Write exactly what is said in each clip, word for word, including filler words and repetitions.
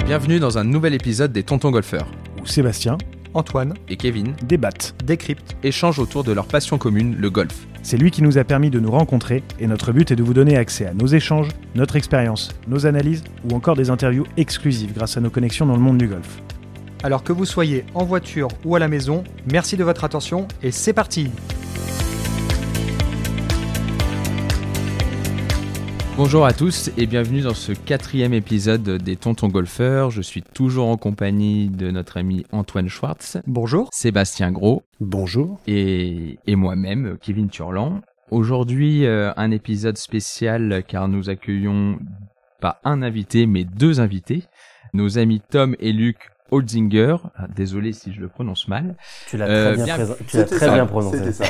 Bienvenue dans un nouvel épisode des Tontons Golfeurs, où Sébastien, Antoine et Kevin débattent, décryptent, échangent autour de leur passion commune, le golf. C'est lui qui nous a permis de nous rencontrer et notre but est de vous donner accès à nos échanges, notre expérience, nos analyses ou encore des interviews exclusives grâce à nos connexions dans le monde du golf. Alors que vous soyez en voiture ou à la maison, merci de votre attention et c'est parti. Bonjour à tous et bienvenue dans ce quatrième épisode des Tontons Golfeurs. Je suis toujours en compagnie de notre ami Antoine Schwartz. Bonjour. Sébastien Gros. Bonjour. Et, et moi-même, Kevin Turlan. Aujourd'hui, euh, un épisode spécial car nous accueillons pas un invité mais deux invités. Nos amis Tom et Luc Holzinger, ah, désolé si je le prononce mal. Tu l'as Euh, très bien, bien- présent- tu l'as très ça, bien prononcé. C'était ça.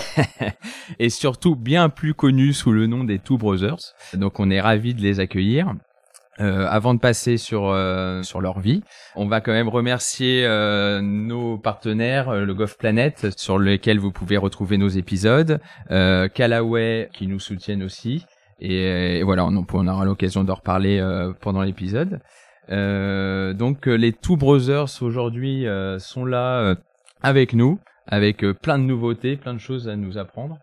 Et surtout bien plus connus sous le nom des Two Brothers. Donc on est ravis de les accueillir. Euh, avant de passer sur euh, sur leur vie, on va quand même remercier euh, nos partenaires, euh, le Golf Planet, sur lequel vous pouvez retrouver nos épisodes, euh, Callaway qui nous soutiennent aussi. Et, et voilà, on, on aura l'occasion d'en reparler euh, pendant l'épisode. Euh, donc euh, les Two Brothers aujourd'hui euh, sont là euh, avec nous, avec euh, plein de nouveautés, plein de choses à nous apprendre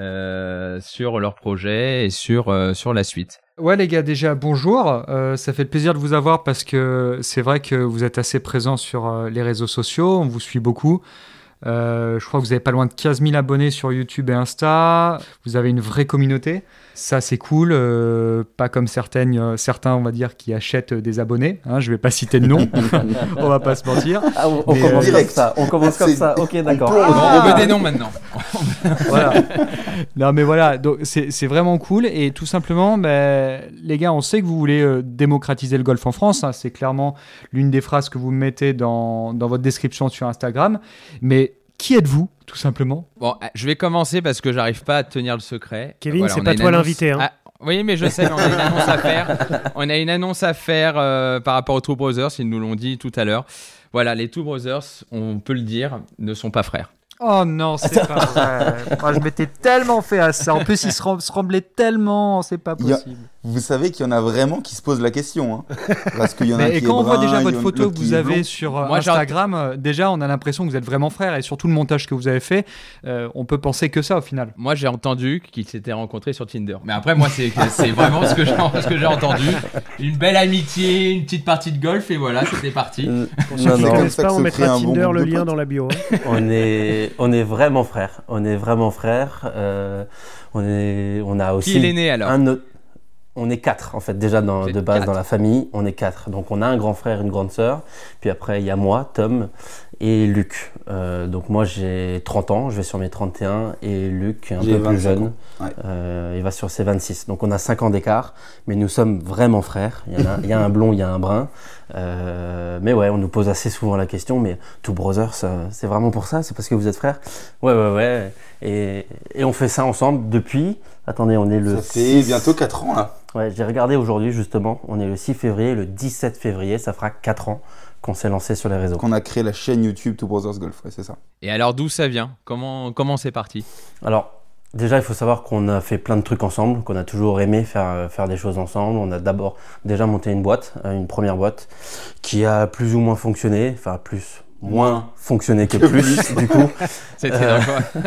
euh, sur leur projet et sur euh, sur la suite. Ouais les gars, déjà bonjour, euh, ça fait plaisir de vous avoir parce que c'est vrai que vous êtes assez présents sur euh, les réseaux sociaux, on vous suit beaucoup. Euh, je crois que vous avez pas loin de quinze mille abonnés sur YouTube et Insta. Vous avez une vraie communauté. Ça, c'est cool. Euh, pas comme certaines, euh, certains, on va dire, qui achètent des abonnés. Hein, je vais pas citer de nom. On va pas se mentir. Ah, on, on Mais, commence euh, comme ça. On commence comme c'est- ça. Ok, d'accord. plonge. Bon, on veut des noms maintenant. Voilà. Non, mais voilà. Donc, c'est, c'est vraiment cool. Et tout simplement, ben, les gars, on sait que vous voulez euh, démocratiser le golf en France. Hein. C'est clairement l'une des phrases que vous mettez dans, dans votre description sur Instagram. Mais qui êtes-vous, tout simplement? Bon, euh, je vais commencer parce que j'arrive pas à tenir le secret. Kevin, Voilà, c'est on pas a une toi annonce- l'invité, hein. Ah, oui, mais je sais, mais on a une annonce à faire. On a une annonce à faire euh, par rapport aux Two Brothers, ils nous l'ont dit tout à l'heure. Voilà, les Two Brothers, on peut le dire, ne sont pas frères. Oh non, c'est pas vrai. Moi, je m'étais tellement fait à ça. En plus, ils se, rem- se remblaient tellement. C'est pas Il y a- possible. Vous savez qu'il y en a vraiment qui se posent la question. Hein. Parce qu'il y en a Mais, un et qui quand est on voit brun, déjà il y votre en a photo l'autre que qui vous est avez blond. sur euh, Moi, j'ai- Instagram, euh, déjà, on a l'impression que vous êtes vraiment frères. Et surtout le montage que vous avez fait, euh, on peut penser que ça au final. Moi, j'ai entendu qu'ils s'étaient rencontrés sur Tinder. Mais après, moi, c'est, c'est vraiment ce que, j'ai, ce que j'ai entendu. Une belle amitié, une petite partie de golf, et voilà, c'était parti. Euh, Pour ceux non, qui ne non, comme connaissent ça pas, que on se mettra crée un bon Tinder, groupe le de lien potes. dans la bio. hein. on est, on est vraiment frères. On est vraiment frères. Euh, on est, on a aussi Qui est l'aîné alors un autre. On est quatre en fait déjà dans, Vous êtes de base quatre. dans la famille. On est quatre. Donc on a un grand frère, une grande sœur. Puis après il y a moi, Tom et Luc. Euh, donc moi j'ai trente ans, je vais sur mes trente et un et Luc est un J'ai peu plus vingt-cinq jeune. ans. Ouais. Euh, il va sur ses vingt-six. Donc on a cinq ans d'écart, mais nous sommes vraiment frères. Il y, en a, il y a un blond, il y a un brun. Euh, mais ouais, on nous pose assez souvent la question, mais Two Brothers, ça, c'est vraiment pour ça? C'est parce que vous êtes frères? Ouais, ouais, ouais. Et, et on fait ça ensemble depuis... Attendez, on est le... Ça fait six bientôt quatre ans là. Ouais, j'ai regardé aujourd'hui justement. On est le six février, le dix-sept février, ça fera quatre ans qu'on s'est lancé sur les réseaux. Qu'on a créé la chaîne YouTube Two Brothers Golf. Ouais, c'est ça. Et alors, d'où ça vient? Comment, comment c'est parti? Alors, déjà, il faut savoir qu'on a fait plein de trucs ensemble, qu'on a toujours aimé faire, faire des choses ensemble. On a d'abord déjà monté une boîte, euh, une première boîte, qui a plus ou moins fonctionné, enfin plus, moins fonctionné que plus, du coup. C'était Euh, dans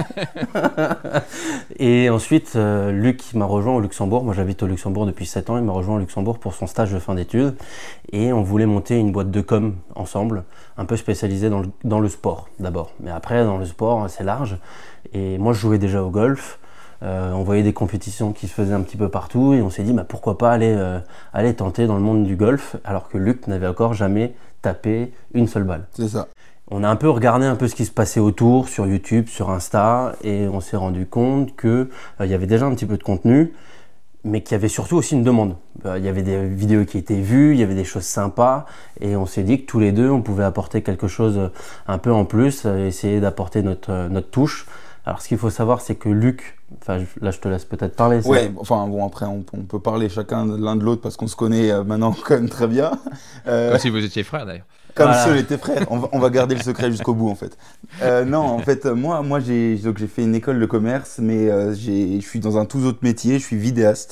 quoi? Et ensuite, euh, Luc m'a rejoint au Luxembourg. Moi, j'habite au Luxembourg depuis sept ans. Il m'a rejoint au Luxembourg pour son stage de fin d'études. Et on voulait monter une boîte de com ensemble, un peu spécialisée dans le, dans le sport d'abord. Mais après, dans le sport, c'est large. Et moi, je jouais déjà au golf. Euh, on voyait des compétitions qui se faisaient un petit peu partout. Et on s'est dit, bah, pourquoi pas aller, euh, aller tenter dans le monde du golf, alors que Luc n'avait encore jamais tapé une seule balle. C'est ça. On a un peu regardé un peu ce qui se passait autour, sur YouTube, sur Insta, et on s'est rendu compte qu'il euh, y avait déjà un petit peu de contenu, mais qu'il y avait surtout aussi une demande. Euh, Il y avait des vidéos qui étaient vues, il y avait des choses sympas, et on s'est dit que tous les deux, on pouvait apporter quelque chose un peu en plus, euh, essayer d'apporter notre, euh, notre touche. Alors ce qu'il faut savoir, c'est que Luc, enfin je- là je te laisse peut-être parler. c'est- Ouais, enfin bon, après on, on peut parler chacun l'un de l'autre parce qu'on se connaît euh, maintenant quand même très bien. Euh, Comme si vous étiez frères d'ailleurs. Comme Voilà. si on était frères. On va, on va garder le secret jusqu'au bout en fait. Euh, non, en fait, euh, moi, moi j'ai, donc, j'ai fait une école de commerce, mais euh, j'ai, je suis dans un tout autre métier. Je suis vidéaste.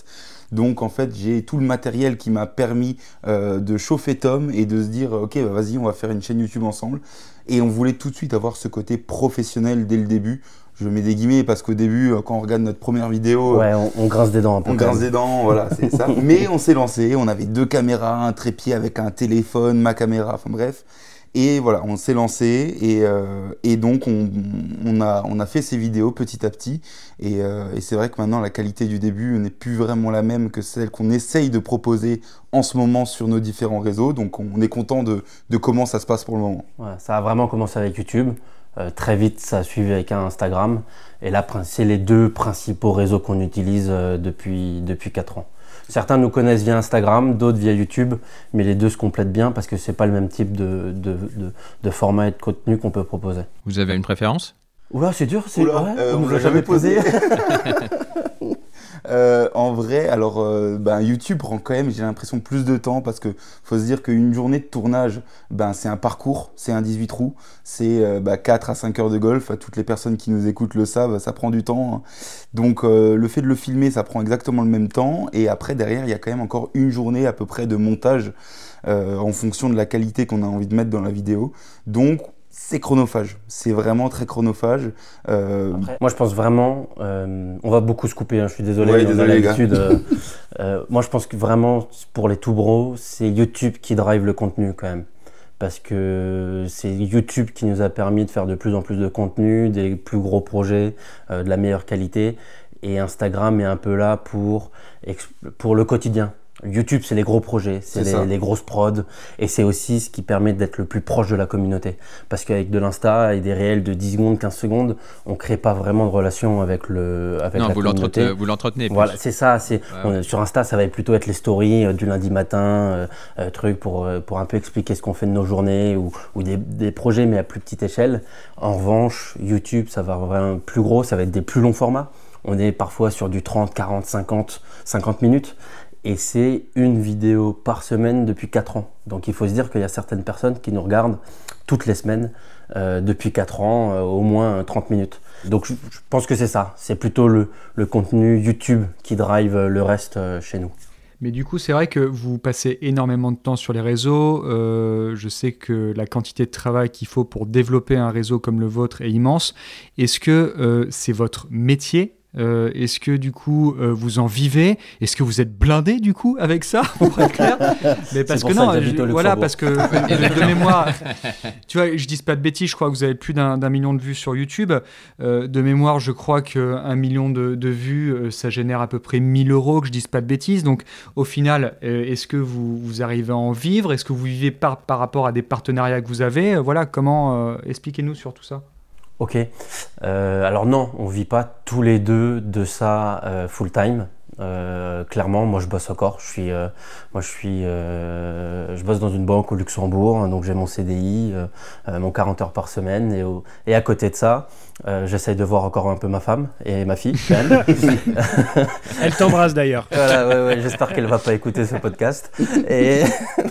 Donc en fait, j'ai tout le matériel qui m'a permis euh, de chauffer Tom et de se dire ok, bah, vas-y, on va faire une chaîne YouTube ensemble. Et on voulait tout de suite avoir ce côté professionnel dès le début. Je mets des guillemets parce qu'au début, quand on regarde notre première vidéo, ouais, on, on grince des dents un peu. On grince des dents, voilà, c'est ça. Mais on s'est lancé, on avait deux caméras, un trépied avec un téléphone, ma caméra, enfin bref. Et voilà, on s'est lancé et, euh, et donc on, on, a, on a fait ces vidéos petit à petit. Et, euh, et c'est vrai que maintenant, la qualité du début n'est plus vraiment la même que celle qu'on essaye de proposer en ce moment sur nos différents réseaux. Donc on est content de, de comment ça se passe pour le moment. Ouais, ça a vraiment commencé avec YouTube. Euh, très vite, ça a suivi avec un Instagram. Et là, c'est les deux principaux réseaux qu'on utilise euh, depuis, depuis quatre ans. Certains nous connaissent via Instagram, d'autres via YouTube, mais les deux se complètent bien parce que c'est pas le même type de, de, de, de format et de contenu qu'on peut proposer. Vous avez une préférence ? Oula, c'est dur, c'est Oula, ouais, euh, on on nous l'a l'a jamais posé. Euh, en vrai, alors euh, ben, YouTube prend quand même, j'ai l'impression, plus de temps parce que faut se dire qu'une journée de tournage, ben, c'est un parcours, c'est un dix-huit trous, c'est euh, ben, quatre à cinq heures de golf. Toutes les personnes qui nous écoutent le savent, ça prend du temps. Hein. Donc euh, le fait de le filmer, ça prend exactement le même temps. Et après, derrière, il y a quand même encore une journée à peu près de montage euh, en fonction de la qualité qu'on a envie de mettre dans la vidéo. Donc, c'est chronophage, c'est vraiment très chronophage. Euh... Après, moi je pense vraiment, euh, on va beaucoup se couper, hein, je suis désolé, ouais, on désolé, a l'habitude. euh, euh, moi je pense que vraiment pour les tout bros, c'est YouTube qui drive le contenu quand même. Parce que c'est YouTube qui nous a permis de faire de plus en plus de contenu, des plus gros projets, euh, de la meilleure qualité. Et Instagram est un peu là pour, pour le quotidien. YouTube, c'est les gros projets, c'est, c'est les, les grosses prods et c'est aussi ce qui permet d'être le plus proche de la communauté. Parce qu'avec de l'Insta et des réels de dix secondes, quinze secondes, on ne crée pas vraiment de relation avec, le, avec non, la vous communauté. Non, vous l'entretenez. Voilà, c'est ça. C'est, ouais. on, sur Insta, ça va plutôt être les stories euh, du lundi matin, euh, euh, trucs pour, euh, pour un peu expliquer ce qu'on fait de nos journées ou, ou des, des projets mais à plus petite échelle. En revanche, YouTube, ça va vraiment plus gros, ça va être des plus longs formats. On est parfois sur du trente, quarante, cinquante, cinquante minutes. Et c'est une vidéo par semaine depuis quatre ans. Donc il faut se dire qu'il y a certaines personnes qui nous regardent toutes les semaines euh, depuis quatre ans, euh, au moins trente minutes. Donc je, je pense que c'est ça, c'est plutôt le, le contenu YouTube qui drive le reste euh, chez nous. Mais du coup, c'est vrai que vous passez énormément de temps sur les réseaux. Euh, je sais que la quantité de travail qu'il faut pour développer un réseau comme le vôtre est immense. Est-ce que euh, c'est votre métier ? Euh, est-ce que du coup euh, vous en vivez ? Est-ce que vous êtes blindé du coup avec ça pour être clair ? Mais parce que non, je, voilà, parce que de, de mémoire, tu vois, je dis pas de bêtises, je crois que vous avez plus d'un, d'un million de vues sur YouTube. Euh, de mémoire, je crois qu'un million de, de vues, euh, ça génère à peu près mille euros, que je dise pas de bêtises. Donc au final, euh, est-ce que vous, vous arrivez à en vivre ? Est-ce que vous vivez par, par rapport à des partenariats que vous avez ? euh, Voilà, comment euh, expliquez-nous sur tout ça. Ok, euh, alors non, on ne vit pas tous les deux de ça euh, full time. Euh, clairement, moi je bosse encore. Je suis, euh, moi je suis, euh, je bosse dans une banque au Luxembourg, donc j'ai mon C D I, euh, mon quarante heures par semaine, et, au, et à côté de ça, euh, j'essaye de voir encore un peu ma femme et ma fille. Quand même. Elle t'embrasse d'ailleurs. Voilà, ouais, ouais, j'espère qu'elle va pas écouter ce podcast. Et,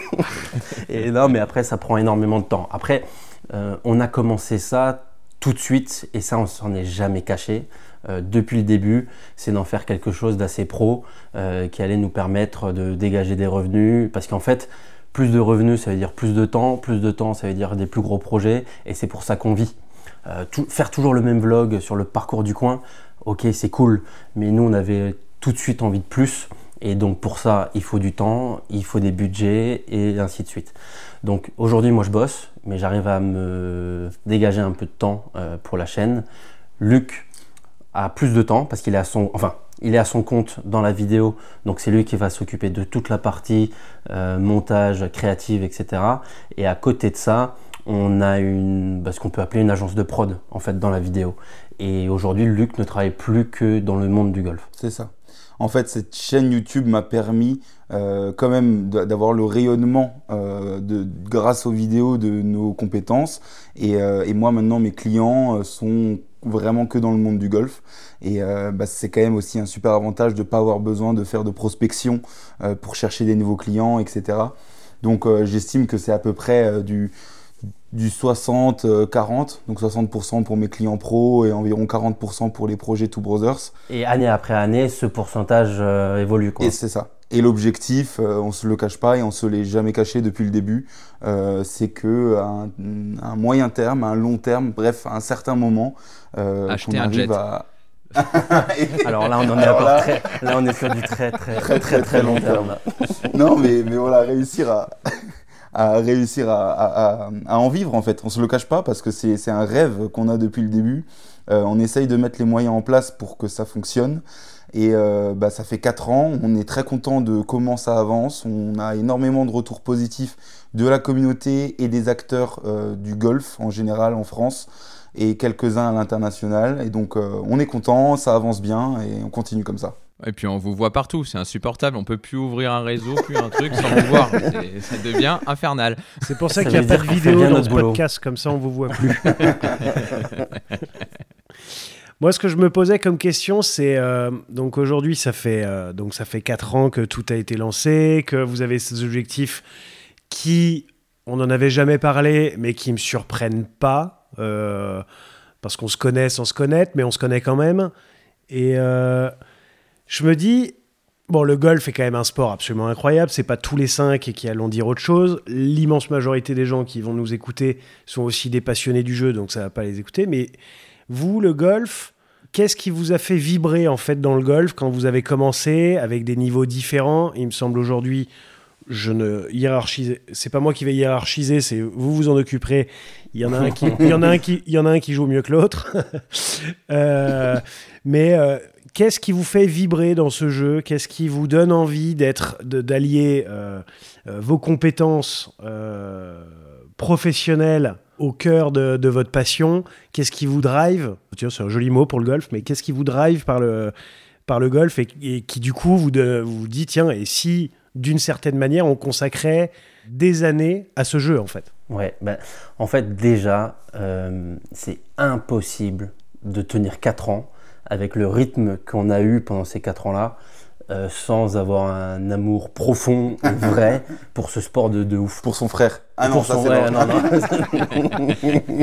et non, mais après ça prend énormément de temps. Après, euh, on a commencé ça tout de suite, et ça on s'en est jamais caché, euh, depuis le début, c'est d'en faire quelque chose d'assez pro, euh, qui allait nous permettre de dégager des revenus, parce qu'en fait, plus de revenus, ça veut dire plus de temps, plus de temps, ça veut dire des plus gros projets, et c'est pour ça qu'on vit. Euh, tout, faire toujours le même vlog sur le parcours du coin, ok, c'est cool, mais nous on avait tout de suite envie de plus, et donc pour ça, il faut du temps, il faut des budgets, et ainsi de suite. Donc aujourd'hui, moi je bosse, mais j'arrive à me dégager un peu de temps euh, pour la chaîne. Luc a plus de temps parce qu'il est à son, enfin, il est à son compte dans la vidéo, donc c'est lui qui va s'occuper de toute la partie euh, montage, créative, et cetera. Et à côté de ça, on a une, bah, ce qu'on peut appeler une agence de prod en fait dans la vidéo. Et aujourd'hui, Luc ne travaille plus que dans le monde du golf. C'est ça. En fait, cette chaîne YouTube m'a permis euh, quand même d'avoir le rayonnement euh, de, grâce aux vidéos de nos compétences. Et, euh, et moi, maintenant, mes clients sont vraiment que dans le monde du golf. Et euh, bah, c'est quand même aussi un super avantage de ne pas avoir besoin de faire de prospection euh, pour chercher des nouveaux clients, et cetera. Donc, euh, j'estime que c'est à peu près euh, du... du soixante quarante, donc soixante pour cent pour mes clients pros et environ quarante pour cent pour les projets Two Brothers. Et année après année, ce pourcentage euh, évolue, quoi. Et c'est ça. Et l'objectif, euh, on se le cache pas et on se l'est jamais caché depuis le début, euh, c'est que à un, un moyen terme, à un long terme, bref, à un certain moment, euh, Acheter qu'on un arrive jet. à... Alors là, on en est Alors encore là- très, là, on est sur du très, très, Très, très, très long terme. Non, mais, mais voilà, réussir à, à réussir à, à, à- à en vivre, en fait. On se le cache pas parce que c'est, c'est un rêve qu'on a depuis le début. Euh, on essaye de mettre les moyens en place pour que ça fonctionne. Et euh, bah, ça fait quatre ans, on est très content de comment ça avance. On a énormément de retours positifs de la communauté et des acteurs euh, du golf en général en France et quelques-uns à l'international. Et donc euh, on est content, ça avance bien et on continue comme ça. Et puis on vous voit partout, c'est insupportable, on peut plus ouvrir un réseau, plus un truc sans vous voir. C'est- ça devient infernal. C'est pour ça Ça qu'il n'y a veut pas dire de qu'on fait vidéo bien dans notre ce boulot. podcast, comme ça on vous voit plus. Moi, ce que je me posais comme question, c'est euh, donc aujourd'hui, ça fait euh, donc ça fait quatre ans que tout a été lancé, que vous avez ces objectifs qui, on n'en avait jamais parlé, mais qui me surprennent pas euh, parce qu'on se connaît sans se connaître, mais on se connaît quand même. Et euh, je me dis, bon, le golf est quand même un sport absolument incroyable. C'est pas tous les cinq qui allons dire autre chose. L'immense majorité des gens qui vont nous écouter sont aussi des passionnés du jeu, donc ça va pas les écouter. Mais vous, le golf, qu'est-ce qui vous a fait vibrer en fait dans le golf quand vous avez commencé avec des niveaux différents? Il me semble aujourd'hui, je ne hiérarchise, c'est pas moi qui vais hiérarchiser, c'est vous vous en occuperez. Il y en a un qui, il y en a un qui, il y en a un qui joue mieux que l'autre. Euh, mais euh, qu'est-ce qui vous fait vibrer dans ce jeu? Qu'est-ce qui vous donne envie d'être, de, d'allier euh, euh, vos compétences euh, professionnelles au cœur de, de votre passion? Qu'est-ce qui vous drive? Tiens, c'est un joli mot pour le golf, mais qu'est-ce qui vous drive par le, par le golf et, et qui du coup vous, de, vous dit tiens, et si d'une certaine manière on consacrait des années à ce jeu en fait? Ouais, ben, en fait, déjà, euh, c'est impossible de tenir quatre ans avec le rythme qu'on a eu pendant ces quatre ans-là, euh, sans avoir un amour profond et vrai pour ce sport de, de ouf. Pour son frère. Ah non, Pour ça son- c'est ouais, non. non, non.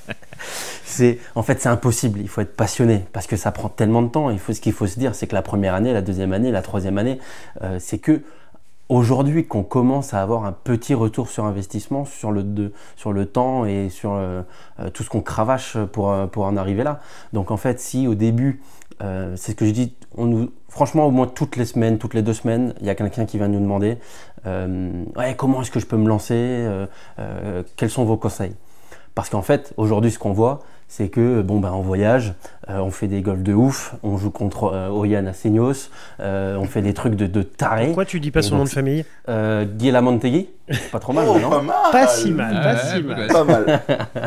c'est, en fait, c'est impossible. Il faut être passionné parce que ça prend tellement de temps. Il faut, ce qu'il faut se dire, c'est que la première année, la deuxième année, la troisième année, euh, c'est que aujourd'hui qu'on commence à avoir un petit retour sur investissement, sur le, de, sur le temps et sur euh, euh, tout ce qu'on cravache pour, euh, pour en arriver là. Donc en fait, si au début, euh, c'est ce que je dis, on nous, franchement, au moins toutes les semaines, toutes les deux semaines, il y a quelqu'un qui vient nous demander euh, ouais, comment est-ce que je peux me lancer, euh, euh, quels sont vos conseils? Parce qu'en fait, aujourd'hui, ce qu'on voit, c'est que bon ben on voyage, euh, on fait des golfs de ouf, on joue contre euh, Oyan à Seignos, euh, on fait des trucs de, de taré. Pourquoi tu dis pas Et son donc, nom de famille? Euh, Guy Lamontegui, pas trop mal, Oh, non? pas mal. Pas si mal, pas Ouais, si ouais, mal. Pas mal.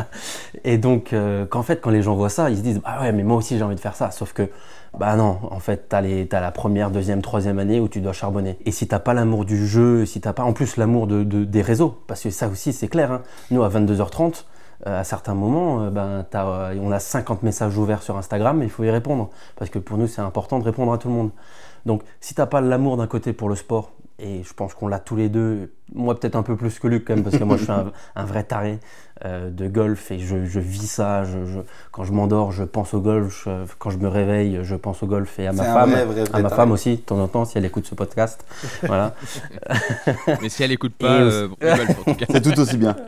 Et donc, euh, qu'en fait, quand les gens voient ça, ils se disent ah ouais, mais moi aussi j'ai envie de faire ça. Sauf que bah non, en fait, t'as les, t'as la première, deuxième, troisième année où tu dois charbonner. Et si t'as pas l'amour du jeu, si t'as pas en plus l'amour de, de- des réseaux, parce que ça aussi c'est clair. Hein. Nous à vingt-deux heures trente. Euh, à certains moments, euh, ben, t'as, euh, on a cinquante messages ouverts sur Instagram et il faut y répondre. Parce que pour nous, c'est important de répondre à tout le monde. Donc, si t'as pas l'amour d'un côté pour le sport, et je pense qu'on l'a tous les deux, moi peut-être un peu plus que Luc quand même, parce que moi je suis un, un vrai taré euh, de golf et je, je vis ça. Je, je, quand je m'endors, je pense au golf. Je, quand je me réveille, je pense au golf et à ma C'est un femme. vrai, vrai, vrai à ma taré. femme aussi, de temps en temps, si elle écoute ce podcast. Voilà. Mais si elle écoute pas, Et euh, bon, rigole, en tout cas. C'est tout aussi bien.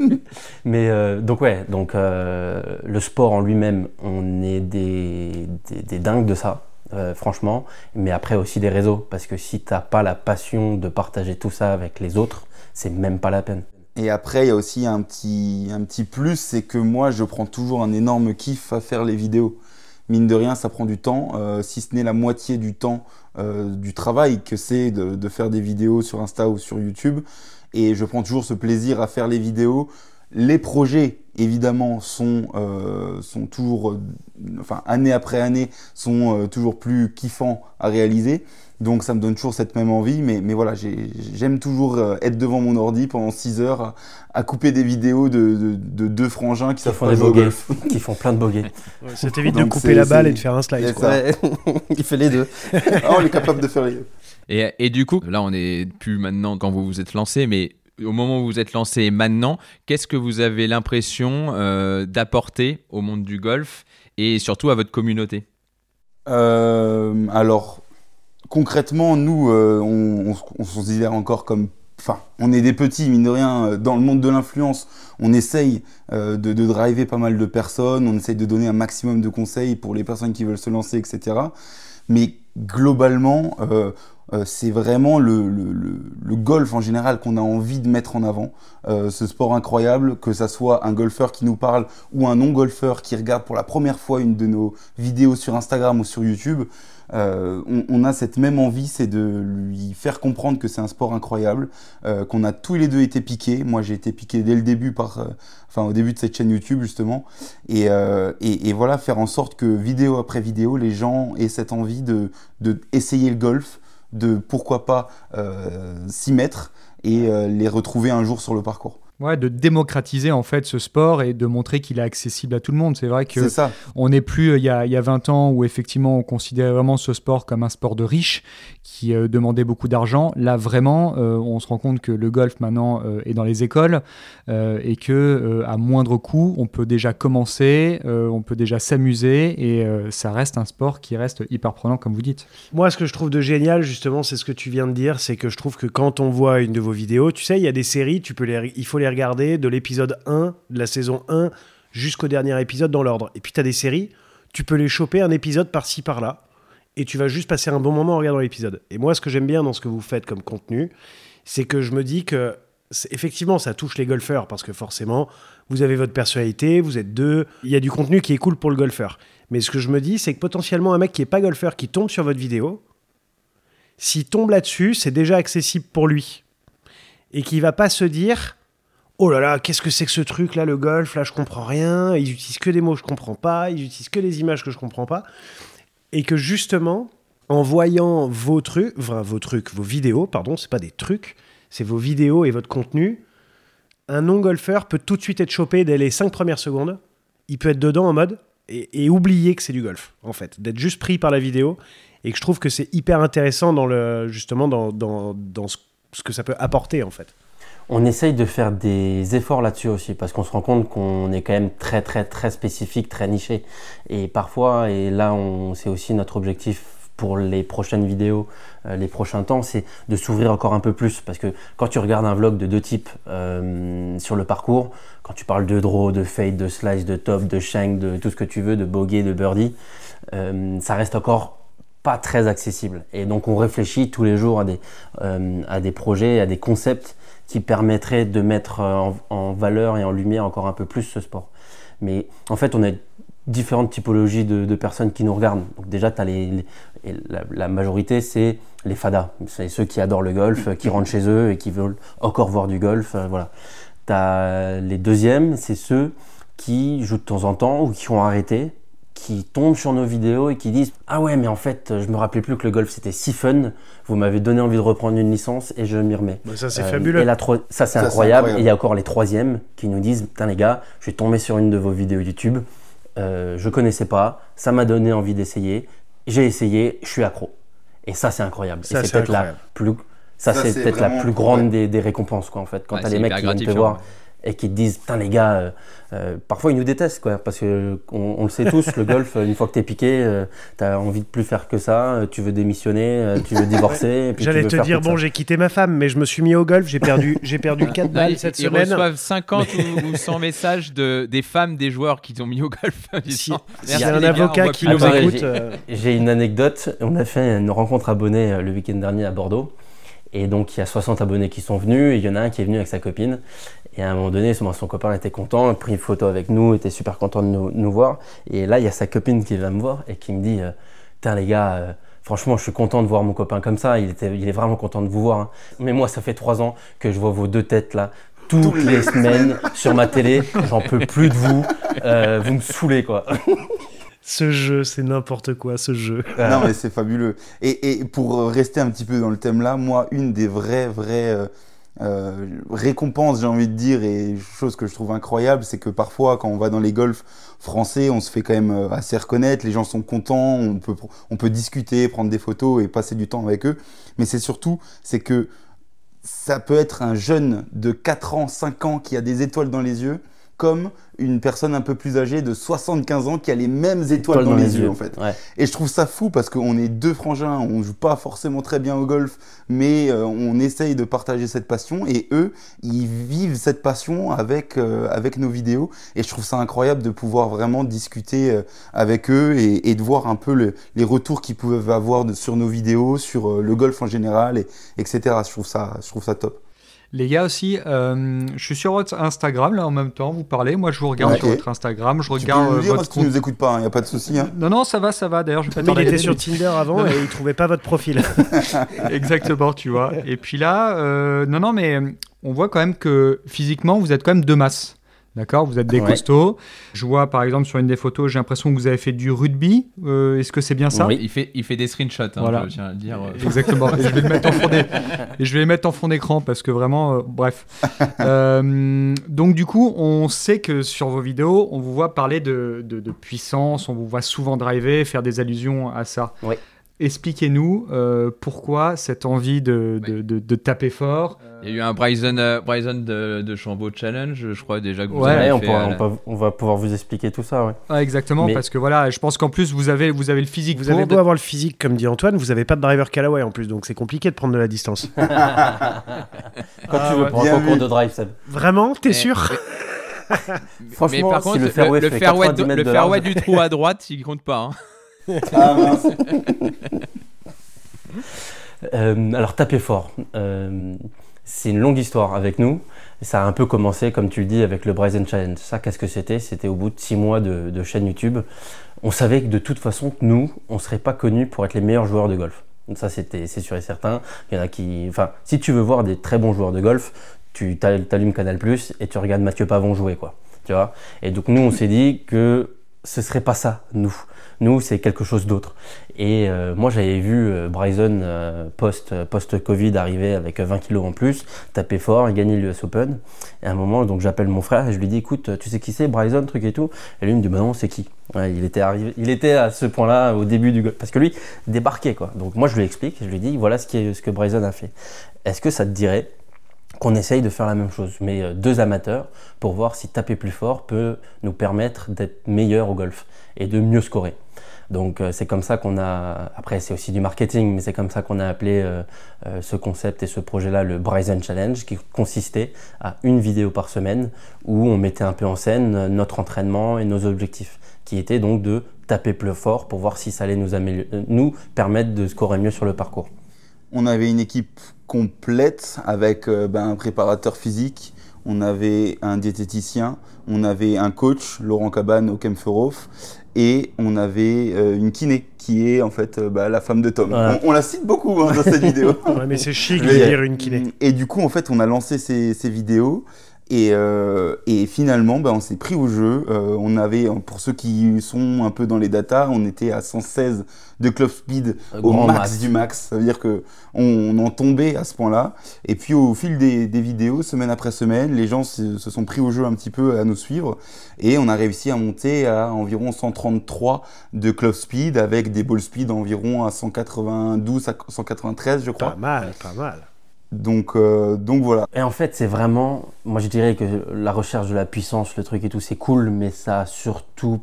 Mais euh, donc ouais, donc euh, le sport en lui-même, on est des, des, des dingues de ça, euh, franchement. Mais après aussi des réseaux, parce que si t'as pas la passion de partager tout ça avec les autres, c'est même pas la peine. Et après, il y a aussi un petit, un petit plus, c'est que moi, je prends toujours un énorme kiff à faire les vidéos. Mine de rien, ça prend du temps, euh, si ce n'est la moitié du temps euh, du travail que c'est de, de faire des vidéos sur Insta ou sur YouTube. Et je prends toujours ce plaisir à faire les vidéos. Les projets, évidemment, sont, euh, sont toujours, euh, enfin, année après année, sont euh, toujours plus kiffants à réaliser. Donc, ça me donne toujours cette même envie. Mais, mais voilà, j'ai, j'aime toujours euh, être devant mon ordi pendant six heures à, à couper des vidéos de, de, de deux frangins qui Qui savent font pas des jouer au bogeys, golf. qui font plein de bogeys. Ouais, ça t'évite de Donc couper c'est- la balle c'est- et de faire un slice. c'est Quoi. ça. Il fait les deux. Ah, on est capable de faire les deux. Et, et du coup, là, on est plus maintenant quand vous vous êtes lancé, mais au moment où vous êtes lancé et maintenant, qu'est-ce que vous avez l'impression euh, d'apporter au monde du golf et surtout à votre communauté ? euh, Alors, concrètement, nous, euh, on, on, on se considère encore comme... Enfin, on est des petits, mine de rien, dans le monde de l'influence. On essaye euh, de, de driver pas mal de personnes, on essaye de donner un maximum de conseils pour les personnes qui veulent se lancer, et cetera. Mais globalement, euh, euh, c'est vraiment le, le, le, le golf en général qu'on a envie de mettre en avant. Euh, ce sport incroyable, que ça soit un golfeur qui nous parle ou un non-golfeur qui regarde pour la première fois une de nos vidéos sur Instagram ou sur YouTube. Euh, on, on a cette même envie, c'est de lui faire comprendre que c'est un sport incroyable, euh, qu'on a tous les deux été piqués. Moi, j'ai été piqué dès le début, par, euh, enfin au début de cette chaîne YouTube justement, et, euh, et, et voilà, faire en sorte que vidéo après vidéo, les gens aient cette envie de, de essayer le golf, de pourquoi pas euh, s'y mettre et euh, les retrouver un jour sur le parcours. Ouais, de démocratiser en fait ce sport et de montrer qu'il est accessible à tout le monde. C'est vrai que C'est ça. On n'est plus, il y, a, il y a vingt ans, où effectivement on considérait vraiment ce sport comme un sport de riches qui euh, demandait beaucoup d'argent. Là, vraiment, euh, on se rend compte que le golf maintenant euh, est dans les écoles euh, et que euh, à moindre coût, on peut déjà commencer, euh, on peut déjà s'amuser et euh, ça reste un sport qui reste hyper prenant, comme vous dites. Moi, ce que je trouve de génial, justement, c'est ce que tu viens de dire, c'est que je trouve que quand on voit une de vos vidéos, tu sais, il y a des séries, tu peux les, il faut les regarder de l'épisode un, de la saison un, jusqu'au dernier épisode dans l'ordre. Et puis, tu as des séries, tu peux les choper un épisode par-ci, par-là, et tu vas juste passer un bon moment en regardant l'épisode. Et moi, ce que j'aime bien dans ce que vous faites comme contenu, c'est que je me dis que, effectivement, ça touche les golfeurs, parce que forcément, vous avez votre personnalité, vous êtes deux, il y a du contenu qui est cool pour le golfeur. Mais ce que je me dis, c'est que potentiellement, un mec qui n'est pas golfeur, qui tombe sur votre vidéo, s'il tombe là-dessus, c'est déjà accessible pour lui. Et qu'il ne va pas se dire... Oh là là, qu'est-ce que c'est que ce truc là, le golf, là je comprends rien, ils utilisent que des mots que je comprends pas, ils utilisent que des images que je comprends pas. Et que justement, en voyant vos trucs, enfin vos trucs, vos vidéos, pardon, c'est pas des trucs, c'est vos vidéos et votre contenu, un non-golfeur peut tout de suite être chopé dès les cinq premières secondes, il peut être dedans en mode, et, et oublier que c'est du golf, en fait, d'être juste pris par la vidéo, et que je trouve que c'est hyper intéressant dans le, justement dans, dans, dans ce, ce que ça peut apporter en fait. On essaye de faire des efforts là-dessus aussi parce qu'on se rend compte qu'on est quand même très très très spécifique, très niché. Et parfois, et là on, c'est aussi notre objectif pour les prochaines vidéos, euh, les prochains temps, c'est de s'ouvrir encore un peu plus. Parce que quand tu regardes un vlog de deux types euh, sur le parcours, quand tu parles de draw, de fade, de slice, de top, de shank, de tout ce que tu veux, de bogey, de birdie, euh, ça reste encore pas très accessible. Et donc on réfléchit tous les jours à des, euh, à des projets, à des concepts qui permettrait de mettre en, en valeur et en lumière encore un peu plus ce sport. Mais en fait, on a différentes typologies de, de personnes qui nous regardent. Donc déjà, t'as les, les, la, la majorité, c'est les fadas. C'est ceux qui adorent le golf, qui rentrent chez eux et qui veulent encore voir du golf. Euh, voilà. T'as les deuxièmes, c'est ceux qui jouent de temps en temps ou qui ont arrêté, qui tombent sur nos vidéos et qui disent « Ah ouais, mais en fait, je me rappelais plus que le golf c'était si fun, vous m'avez donné envie de reprendre une licence et je m'y remets. Bah » Ça, c'est euh, fabuleux. Et la tro- ça, c'est Ça, incroyable. c'est incroyable. Et il y a encore les troisièmes qui nous disent « Putain les gars, je suis tombé sur une de vos vidéos YouTube, euh, je connaissais pas, ça m'a donné envie d'essayer, j'ai essayé, je suis accro. » Et ça, c'est incroyable. Ça, et c'est, c'est peut-être incroyable. la plus... Ça, Ça, c'est, c'est peut-être la vraiment plus pour- grande ouais. des, des récompenses, quoi, en fait. Quand Ouais, t'as c'est des mecs hyper qui viennent te gratifiant, voir ouais. et qui te disent « Putain les gars, euh, euh, parfois ils nous détestent, quoi, parce que on, on le sait tous, le golf, une fois que t'es piqué, euh, t'as envie de plus faire que ça, euh, tu veux démissionner, euh, tu veux divorcer. Et puis J'allais tu veux te faire dire, que de bon, ça. j'ai quitté ma femme, mais je me suis mis au golf, j'ai perdu, j'ai perdu quatre Non, balles ils, cette ils semaine. reçoivent cinquante ou, ou cent messages de, des femmes des joueurs qui ont mis au golf. en Si- disant, s'il Merci y a un les gars, on avocat voit qui plus nous la Attends, vraie. écoute, j'ai- euh, J'ai une anecdote, on a fait une rencontre abonnée euh, le week-end dernier à Bordeaux. Et donc, il y a soixante abonnés qui sont venus, et il y en a un qui est venu avec sa copine. Et à un moment donné, son, son copain était content, a pris une photo avec nous, était super content de nous, nous voir. Et là, il y a sa copine qui vient me voir et qui me dit euh, « Putain les gars, euh, franchement, je suis content de voir mon copain comme ça, il, était, il est vraiment content de vous voir. Hein. Mais moi, ça fait trois ans que je vois vos deux têtes là, toutes les semaines sur ma télé, j'en peux plus de vous, euh, vous me saoulez quoi. » ce jeu, c'est n'importe quoi, ce jeu. Non, mais c'est fabuleux. Et, et pour rester un petit peu dans le thème là, moi, une des vraies, vraies euh, euh, récompenses, j'ai envie de dire, et chose que je trouve incroyable, c'est que parfois, quand on va dans les golfs français, on se fait quand même assez reconnaître, les gens sont contents, on peut, on peut discuter, prendre des photos et passer du temps avec eux. Mais c'est surtout, c'est que ça peut être un jeune de quatre ans, cinq ans qui a des étoiles dans les yeux, comme une personne un peu plus âgée de soixante-quinze ans qui a les mêmes étoiles dans, dans les yeux, yeux en fait. Ouais. Et je trouve ça fou parce qu'on est deux frangins, on joue pas forcément très bien au golf, mais euh, on essaye de partager cette passion et eux, ils vivent cette passion avec, euh, avec nos vidéos et je trouve ça incroyable de pouvoir vraiment discuter euh, avec eux et, et de voir un peu le, les retours qu'ils peuvent avoir de, sur nos vidéos, sur euh, le golf en général, et, etc. Je trouve ça, je trouve ça top. Les gars aussi, euh, je suis sur votre Instagram là en même temps, vous parlez. Moi je vous regarde okay. sur votre Instagram, je regarde. Tu peux nous dire votre si tu nous écoutes pas, il hein, n'y a pas de souci. Hein. Non non, ça va, ça va. D'ailleurs, je vais pas. Mais il était sur Tinder avant et il trouvait pas votre profil. Exactement, tu vois. Et puis là, euh, non non, mais on voit quand même que physiquement vous êtes quand même deux masses. D'accord, vous êtes des ouais. costauds. Je vois par exemple sur une des photos, j'ai l'impression que vous avez fait du rugby. Euh, est-ce que c'est bien ça ? Oui, il fait, il fait des screenshots, hein, voilà. je tiens à le dire. Exactement. Et je vais le mettre en fond des... Et je vais les mettre en fond d'écran parce que vraiment, euh, bref. euh, donc du coup, on sait que sur vos vidéos, on vous voit parler de, de, de puissance, on vous voit souvent driver, faire des allusions à ça. Oui. Expliquez-nous euh, pourquoi cette envie de, de, de, de taper fort. Il y a eu un Bryson, euh, Bryson de, de Chambaud Challenge, je crois déjà que vous ouais, avez on fait. Pourra, la... on, peut, on va pouvoir vous expliquer tout ça. Ouais. Ouais, exactement, mais... parce que voilà, je pense qu'en plus vous avez, vous avez le physique. Vous pour avez beau de... avoir le physique comme dit Antoine, vous n'avez pas de driver Callaway en plus, donc c'est compliqué de prendre de la distance. Quand ah, tu veux ouais. pour un concours de drive, Seb. Vraiment, t'es mais, sûr mais... Franchement, mais par contre, si le fairway, le, fait le fairway, de, le fairway du trou à droite, il compte pas. Hein. Ah mince. euh, alors taper fort. Euh... C'est une longue histoire avec nous. Ça a un peu commencé, comme tu le dis, avec le Bryson Challenge. Ça, qu'est-ce que c'était ? C'était au bout de six mois de, de chaîne YouTube. On savait que de toute façon, nous, on ne serait pas connus pour être les meilleurs joueurs de golf. Donc ça, c'était, c'est sûr et certain. Il y en a qui... Enfin, si tu veux voir des très bons joueurs de golf, tu t'allumes Canal plus, et tu regardes Mathieu Pavon jouer, quoi. Tu vois ? Et donc, nous, on s'est dit que ce serait pas ça, nous. Nous, c'est quelque chose d'autre. Et euh, moi, j'avais vu euh, Bryson euh, post, post-Covid arriver avec vingt kilos en plus, taper fort et gagner l'U S Open. Et à un moment, donc, j'appelle mon frère et je lui dis, écoute, tu sais qui c'est, Bryson, truc et tout. Et lui, il me dit, bah non, c'est qui ? Ouais, il était arrivé, il était à ce point-là au début du golf. Parce que lui, débarquait, quoi. Donc moi, je lui explique, je lui dis, voilà ce, qui est, ce que Bryson a fait. Est-ce que ça te dirait qu'on essaye de faire la même chose, mais euh, deux amateurs, pour voir si taper plus fort peut nous permettre d'être meilleurs au golf et de mieux scorer. Donc euh, c'est comme ça qu'on a, après c'est aussi du marketing, mais c'est comme ça qu'on a appelé euh, euh, ce concept et ce projet-là le Bryson Challenge, qui consistait à une vidéo par semaine où on mettait un peu en scène notre entraînement et nos objectifs, qui étaient donc de taper plus fort pour voir si ça allait nous, amélior- nous permettre de scorer mieux sur le parcours. On avait une équipe complète avec euh, ben, un préparateur physique, on avait un diététicien, on avait un coach, Laurent Cabane au Kempferhof, et on avait euh, une kiné qui est en fait euh, bah, la femme de Tom. Ouais. On, on la cite beaucoup hein, dans cette vidéo. Ouais, mais c'est chic de dire une kiné. Et du coup, en fait, on a lancé ces, ces vidéos. Et, euh, et finalement, bah, on s'est pris au jeu. Euh, on avait, pour ceux qui sont un peu dans les datas, on était à cent seize de club speed un au max, max du max. Ça veut dire qu'on on en tombait à ce point-là. Et puis au fil des, des vidéos, semaine après semaine, les gens se, se sont pris au jeu un petit peu à nous suivre. Et on a réussi à monter à environ cent trente-trois de club speed avec des ball speed environ à cent quatre-vingt-douze à cent quatre-vingt-treize, je crois. Pas mal, pas mal. Donc, euh, donc voilà. Et en fait, c'est vraiment, moi je dirais que la recherche de la puissance, le truc et tout, c'est cool, mais ça a surtout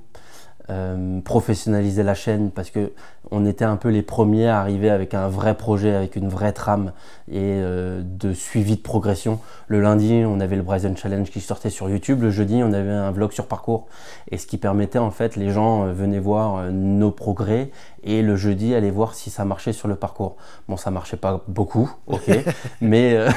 euh, professionnalisé la chaîne parce que on était un peu les premiers à arriver avec un vrai projet, avec une vraie trame et euh, de suivi de progression. Le lundi, on avait le Bryson Challenge qui sortait sur YouTube. Le jeudi, on avait un vlog sur parcours. Et ce qui permettait, en fait, les gens euh, venaient voir euh, nos progrès et le jeudi, aller voir si ça marchait sur le parcours. Bon, ça marchait pas beaucoup, ok, mais euh,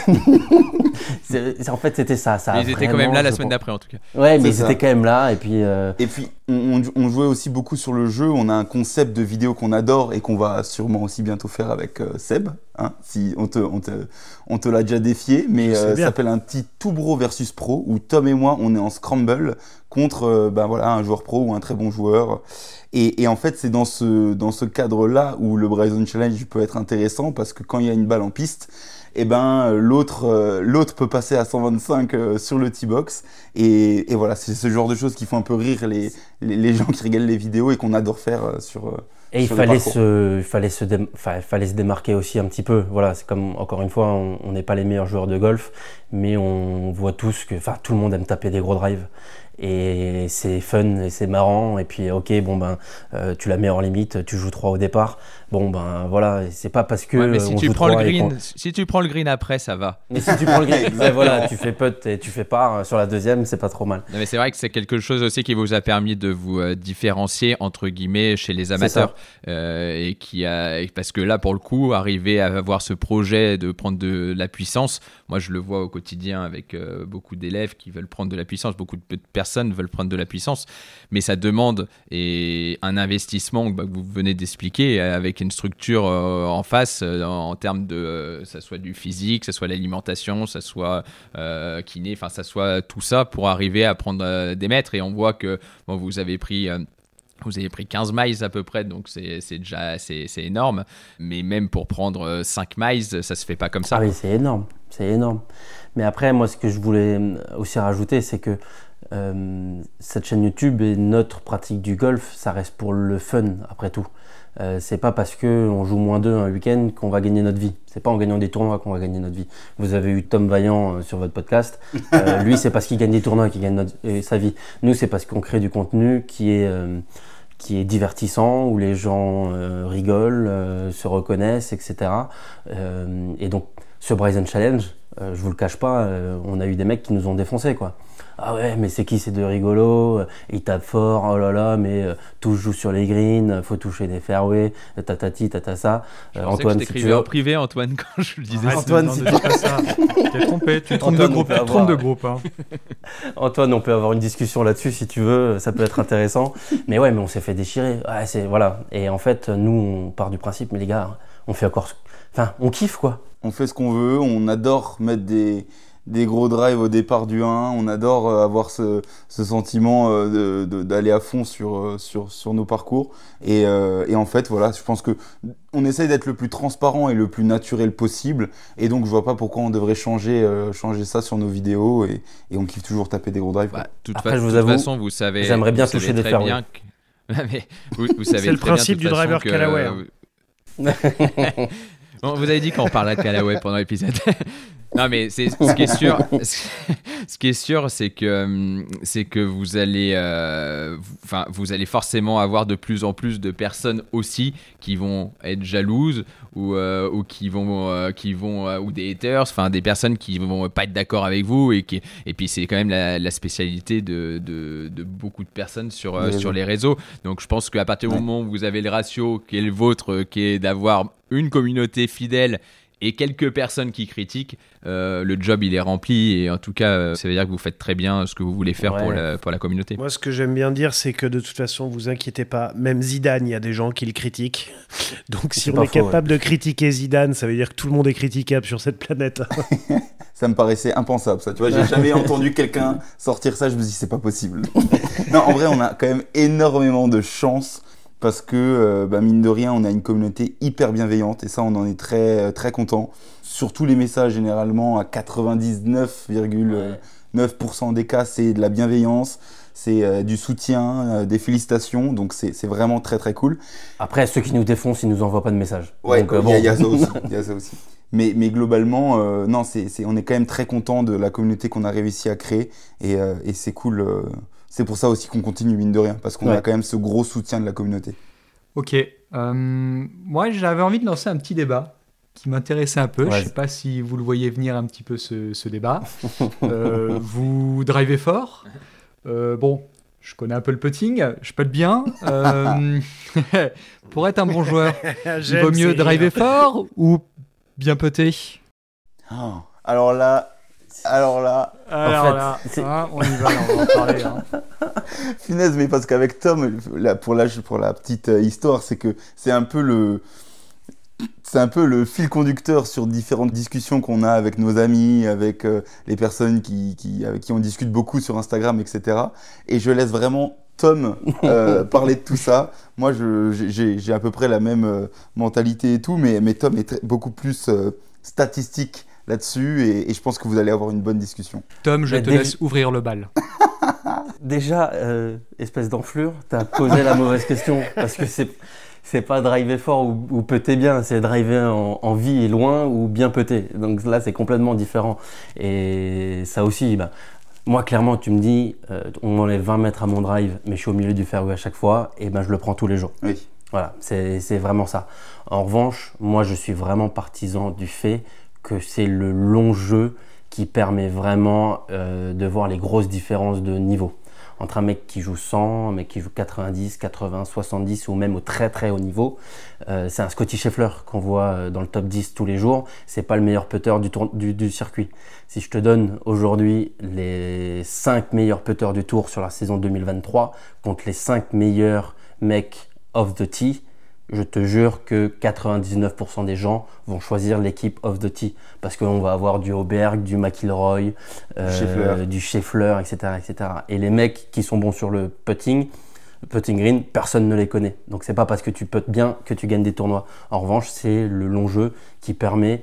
c'est, c'est, en fait, c'était ça. ça mais ils étaient quand même là la semaine d'après, en tout cas. Ouais, mais c'est ils ça. étaient quand même là. Et puis, euh... et puis on, on jouait aussi beaucoup sur le jeu. On a un concept de vidéo qu'on adore et qu'on va sûrement aussi bientôt faire avec euh, Seb. Hein, si on te, on te, on te l'a déjà défié, mais euh, ça s'appelle un petit tout bro versus pro où Tom et moi on est en scramble contre euh, ben voilà, un joueur pro ou un très bon joueur. Et, et en fait, c'est dans ce, dans ce cadre-là où le Bryson Challenge peut être intéressant parce que quand il y a une balle en piste, eh ben, l'autre, euh, l'autre peut passer à cent vingt-cinq euh, sur le tee-box. Et, et voilà, c'est ce genre de choses qui font un peu rire les, les, les gens qui regardent les vidéos et qu'on adore faire euh, sur, euh, Et il sur le fallait, parcours. se, il, fallait se dé- enfin, il fallait se démarquer aussi un petit peu. Voilà, c'est comme, encore une fois, on on n'est pas les meilleurs joueurs de golf, mais on voit tous que enfin, tout le monde aime taper des gros drives. Et c'est fun et c'est marrant. Et puis, ok, bon, ben, euh, tu la mets hors limite, tu joues trois au départ. Bon, ben voilà, et c'est pas parce que. Ouais, mais euh, si on tu joue prends le trois et qu'on- green, si tu prends le green après, ça va. Mais si tu prends le green, ben voilà, tu fais putt et tu fais par euh, sur la deuxième, c'est pas trop mal. Non, mais c'est vrai que c'est quelque chose aussi qui vous a permis de vous euh, différencier entre guillemets chez les amateurs euh, et qui a parce que là pour le coup arriver à avoir ce projet de prendre de la puissance, moi je le vois au quotidien avec euh, beaucoup d'élèves qui veulent prendre de la puissance, beaucoup de personnes veulent prendre de la puissance, mais ça demande et un investissement bah, que vous venez d'expliquer avec une structure euh, en face euh, en, en termes de euh, ça soit du physique, ça soit l'alimentation, ça soit euh, kiné, enfin ça soit tout ça pour arriver à prendre euh, des mètres. Et on voit que bon, vous avez pris euh, vous avez pris quinze miles à peu près, donc c'est, c'est déjà c'est, c'est énorme, mais même pour prendre euh, cinq miles, ça se fait pas comme ça. Ah oui, c'est énorme, c'est énorme. Mais après, moi, ce que je voulais aussi rajouter, c'est que euh, cette chaîne YouTube et notre pratique du golf, ça reste pour le fun, après tout. Euh, c'est pas parce qu'on joue moins deux un week-end qu'on va gagner notre vie. C'est pas en gagnant des tournois qu'on va gagner notre vie. Vous avez eu Tom Vaillant euh, sur votre podcast. Euh, lui, c'est parce qu'il gagne des tournois qu'il gagne notre, euh, sa vie. Nous, c'est parce qu'on crée du contenu qui est, euh, qui est divertissant, où les gens euh, rigolent, euh, se reconnaissent, et cetera. Euh, et donc, sur Bryson Challenge, euh, je vous le cache pas, euh, on a eu des mecs qui nous ont défoncé, quoi. Ah ouais, mais c'est qui ces deux rigolos? Ils tapent fort, oh là là, mais euh, tous jouent sur les greens, faut toucher des fairways, tatati, tatasa. Je Euh, pensais Antoine, que je si t'écrivais tu veux. en privé, Antoine, quand je le disais. Arrête, Antoine, non, si ne tu- dis pas ça. Tu t'es trompé, tu te trompes de Antoine, on groupe, peut tu te trompes de avoir- groupe. Hein. Antoine, on peut avoir une discussion là-dessus si tu veux, ça peut être intéressant. Mais ouais, mais on s'est fait déchirer. Ouais, c'est, voilà. Et en fait, nous, on part du principe, mais les gars, on fait encore. Enfin, on kiffe, quoi. On fait ce qu'on veut, on adore mettre des, des gros drives au départ du un, on adore euh, avoir ce, ce sentiment euh, de, de- d'aller à fond sur, euh, sur, sur nos parcours. Et, euh, et en fait, voilà, je pense que on essaye d'être le plus transparent et le plus naturel possible. Et donc, je vois pas pourquoi on devrait changer, euh, changer ça sur nos vidéos. Et, et on kiffe toujours taper des gros drives. quoi. Bah, toute Après, fa- je vous toute avoue, façon, vous savez. j'aimerais bien vous savez toucher des très fairways. bien que- mais vous, vous savez C'est le très bien, principe de du toute façon, driver que- Callaway, hein. Bon, vous avez dit qu'on parlerait de Callaway pendant l'épisode. Non, mais c'est, ce qui est sûr, ce qui est sûr, c'est que hum, c'est que vous allez, euh, vous- enfin, vous allez forcément avoir de plus en plus de personnes aussi qui vont être jalouses ou euh, ou qui vont euh, qui vont euh, ou des haters, enfin des personnes qui vont pas être d'accord avec vous et qui et puis c'est quand même la, la spécialité de, de de beaucoup de personnes sur euh, Les sur réseaux. les réseaux. Donc je pense qu'à partir du Ouais. moment où vous avez le ratio qui est le vôtre, euh, qui est d'avoir une communauté fidèle et quelques personnes qui critiquent, euh, le job il est rempli et en tout cas euh, ça veut dire que vous faites très bien ce que vous voulez faire Ouais. pour, la, pour la communauté. Moi, ce que j'aime bien dire, c'est que de toute façon, vous inquiétez pas. Même Zidane, il y a des gens qui le critiquent. Donc, si C'est on pas est faux, capable de critiquer Zidane, ça veut dire que tout le monde est critiquable sur cette planète. Ça me paraissait impensable, ça. Tu vois, j'ai jamais entendu quelqu'un sortir ça. Je me dis, c'est pas possible. Non, en vrai, on a quand même énormément de chance parce que, euh, bah, mine de rien, on a une communauté hyper bienveillante et ça, on en est très, très content. Surtout les messages, généralement, à quatre-vingt-dix-neuf virgule neuf pour cent des cas, c'est de la bienveillance, c'est euh, du soutien, euh, des félicitations. Donc, c'est c'est vraiment très, très cool. Après, ceux qui nous défoncent, ils nous envoient pas de messages. Ouais, Donc, il euh, y, bon. a- il y a ça aussi. il y a ça aussi. Mais, mais globalement, euh, non, c'est, c'est, on est quand même très content de la communauté qu'on a réussi à créer et, euh, et c'est cool. euh, c'est pour ça aussi qu'on continue, mine de rien, parce qu'on Ouais. a quand même ce gros soutien de la communauté. Ok. Euh, moi, j'avais envie de lancer un petit débat qui m'intéressait un peu. Ouais. Je ne sais pas si vous le voyez venir un petit peu, ce, ce débat. Euh, vous drivez fort. Euh, bon, je connais un peu le putting. Je putte bien. Euh, pour être un bon joueur, il J'aime vaut mieux ces driver rires. fort ou bien putter. Ah, alors là, alors là, Alors fait, là, c'est- hein, on y va, là, on va en parler. Hein. finesse, mais parce qu'avec Tom, là, pour, la, pour la petite euh, histoire, c'est que c'est un peu le. C'est un peu le fil conducteur sur différentes discussions qu'on a avec nos amis, avec euh, les personnes qui, qui, avec qui on discute beaucoup sur Instagram, et cetera. Et je laisse vraiment Tom euh, parler de tout ça. Moi, je, j'ai, j'ai à peu près la même euh, mentalité et tout, mais, mais Tom est très- beaucoup plus euh, statistique là-dessus et, et je pense que vous allez avoir une bonne discussion. Tom, je Mais te dès- laisse ouvrir le bal. Déjà, euh, espèce d'enflure, t'as posé la mauvaise question parce que c'est c'est pas driver fort ou, ou putter bien, c'est driver en, en vie et loin ou bien putter. Donc là, c'est complètement différent. Et ça aussi, bah, moi, clairement, tu me dis, euh, on m'enlève vingt mètres à mon drive, mais je suis au milieu du fairway à chaque fois, et ben je le prends tous les jours. Oui. Voilà, c'est, c'est vraiment ça. En revanche, moi, je suis vraiment partisan du fait que c'est le long jeu qui permet vraiment euh, de voir les grosses différences de niveau. Entre un mec qui joue cent, un mec qui joue quatre-vingt-dix, quatre-vingts, soixante-dix ou même au très très haut niveau. Euh, c'est un Scotty Scheffler qu'on voit dans le top dix tous les jours. C'est pas le meilleur putter du, tour, du, du circuit. Si je te donne aujourd'hui les cinq meilleurs putters du tour sur la saison deux mille vingt-trois contre les cinq meilleurs mecs off the tee, je te jure que quatre-vingt-dix-neuf pour cent des gens vont choisir l'équipe off the tee parce qu'on va avoir du Højbjerg, du McIlroy, euh, Scheffler. du Scheffler, et cetera, et cetera. Et les mecs qui sont bons sur le putting, le putting green, personne ne les connaît. Donc c'est pas parce que tu puttes bien que tu gagnes des tournois. En revanche, c'est le long jeu qui permet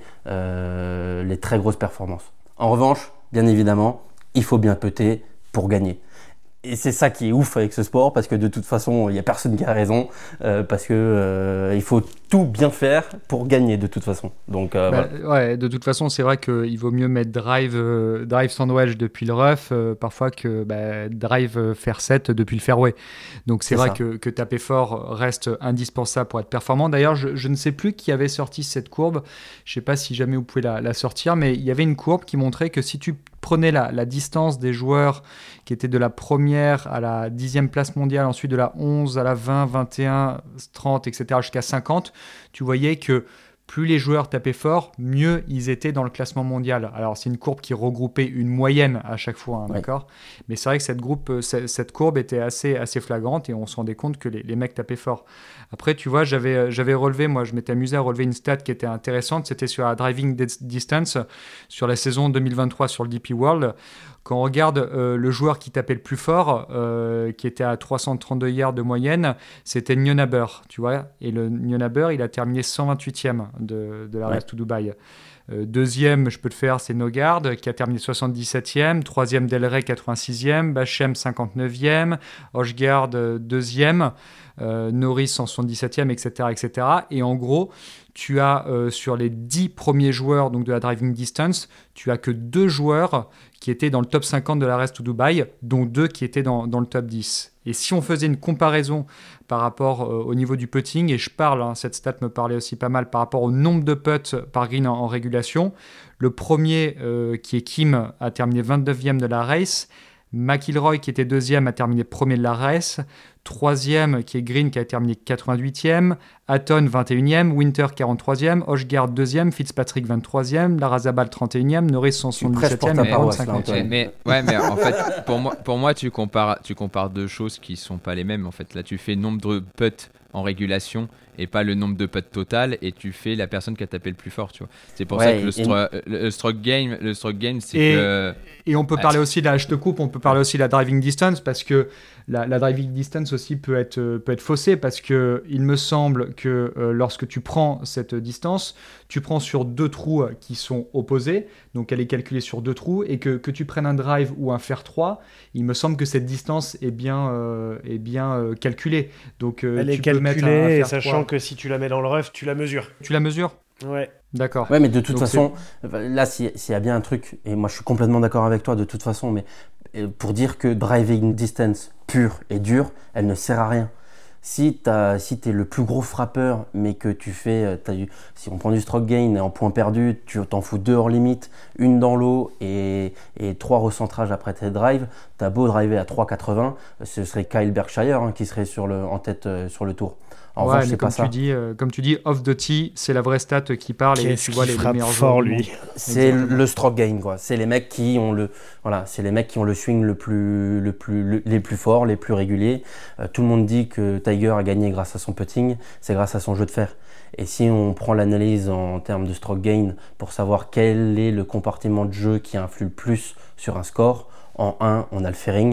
euh, les très grosses performances. En revanche, bien évidemment, il faut bien putter pour gagner. Et c'est ça qui est ouf avec ce sport, parce que de toute façon, il n'y a personne qui a raison, euh, parce que euh, il faut tout bien faire pour gagner de toute façon. Donc, euh, bah, voilà. Ouais, de toute façon, c'est vrai qu'il vaut mieux mettre drive, euh, drive sans wedge depuis le rough, euh, parfois que bah, drive euh, faire set depuis le fairway. Donc c'est, c'est vrai que, que taper fort reste indispensable pour être performant. D'ailleurs, je, je ne sais plus qui avait sorti cette courbe. Je ne sais pas si jamais vous pouvez la, la sortir, mais il y avait une courbe qui montrait que si tu prenais la, la distance des joueurs qui étaient de la première à la dixième place mondiale, ensuite de la onze à la vingt, vingt et un, trente, et cetera jusqu'à cinquante, tu voyais que plus les joueurs tapaient fort, mieux ils étaient dans le classement mondial. Alors, c'est une courbe qui regroupait une moyenne à chaque fois, hein, oui. D'accord ? Mais c'est vrai que cette, groupe, cette courbe était assez, assez flagrante et on se rendait compte que les, les mecs tapaient fort. Après, tu vois, j'avais, j'avais relevé, moi, je m'étais amusé à relever une stat qui était intéressante. C'était sur la driving distance, sur la saison deux mille vingt-trois sur le D P World. Quand on regarde euh, le joueur qui tapait le plus fort, euh, qui était à trois cent trente-deux yards de moyenne, c'était Nyonaber, tu vois. Et le Nyonaber, il a terminé cent vingt-huitième de, de la ouais. Race to Dubaï. Euh, deuxième, je peux le faire, c'est Nogard, qui a terminé soixante-dix-septième. Troisième, Del Rey, quatre-vingt-sixième. Bachem, cinquante-neuvième. Højgaard, deuxième. Euh, Norris, cent soixante-dix-septième, et cetera, et cetera. Et en gros, tu as euh, sur les dix premiers joueurs donc de la driving distance, tu as que deux joueurs qui étaient dans le top cinquante de la Race to Dubaï, dont deux qui étaient dans, dans le top dix. Et si on faisait une comparaison par rapport euh, au niveau du putting, et je parle, hein, cette stat me parlait aussi pas mal par rapport au nombre de putts par green en, en régulation, le premier euh, qui est Kim a terminé vingt-neuvième de la race, McIlroy qui était deuxième a terminé premier de la race, troisième qui est Green qui a terminé quatre-vingt-huitième, Hatton vingt et unième, Winter quarante-troisième, Højgaard deuxième, Fitzpatrick vingt-troisième, Larrazabal trente et unième, Norris cent soixante-dix-septième et Brown cinquantième. Mais, ouais, mais en fait, pour moi, pour moi tu, compares, tu compares deux choses qui sont pas les mêmes. En fait, là, tu fais nombre de putts en régulation et pas le nombre de putts total, et tu fais la personne qui a tapé le plus fort, tu vois. C'est pour ouais, ça que le, stro- et... le stroke game, le stroke game, c'est et, que... Et on peut parler aussi de la, je te coupe, on peut parler aussi de la driving distance, parce que la, la driving distance aussi peut être, peut être faussée, parce que il me semble que euh, lorsque tu prends cette distance, tu prends sur deux trous qui sont opposés, donc elle est calculée sur deux trous, et que, que tu prennes un drive ou un fer trois, il me semble que cette distance est bien, euh, est bien euh, calculée. Donc, euh, elle tu est peux calculée, mettre un, un et fer sachant trois. Que si tu la mets dans le rough, tu la mesures. Tu la mesures ? Ouais. D'accord. Ouais, mais de toute donc façon, c'est... là, s'il y a bien un truc, et moi je suis complètement d'accord avec toi de toute façon, mais pour dire que driving distance pure et dure, elle ne sert à rien. Si tu si es le plus gros frappeur, mais que tu fais, eu, si on prend du stroke gain en points perdus, tu t'en fous deux hors limite, une dans l'eau et, et trois recentrages après tes drives, tu as beau driver à trois quatre-vingts, ce serait Kyle Berkshire hein, qui serait sur le, en tête euh, sur le tour. En ouais, revanche, mais c'est comme pas ça. Tu dis, euh, comme tu dis, off the tee, c'est la vraie stat qui parle. Qu'est-ce et tu vois les, les meilleurs fort, lui. C'est le stroke gain, quoi. C'est les mecs qui ont le, voilà, c'est les mecs qui ont le swing le plus, le plus, le, les plus forts, les plus réguliers. Euh, tout le monde dit que Tiger a gagné grâce à son putting, c'est grâce à son jeu de fer. Et si on prend l'analyse en termes de stroke gain pour savoir quel est le compartiment de jeu qui influe le plus sur un score, en un, on a le fairing.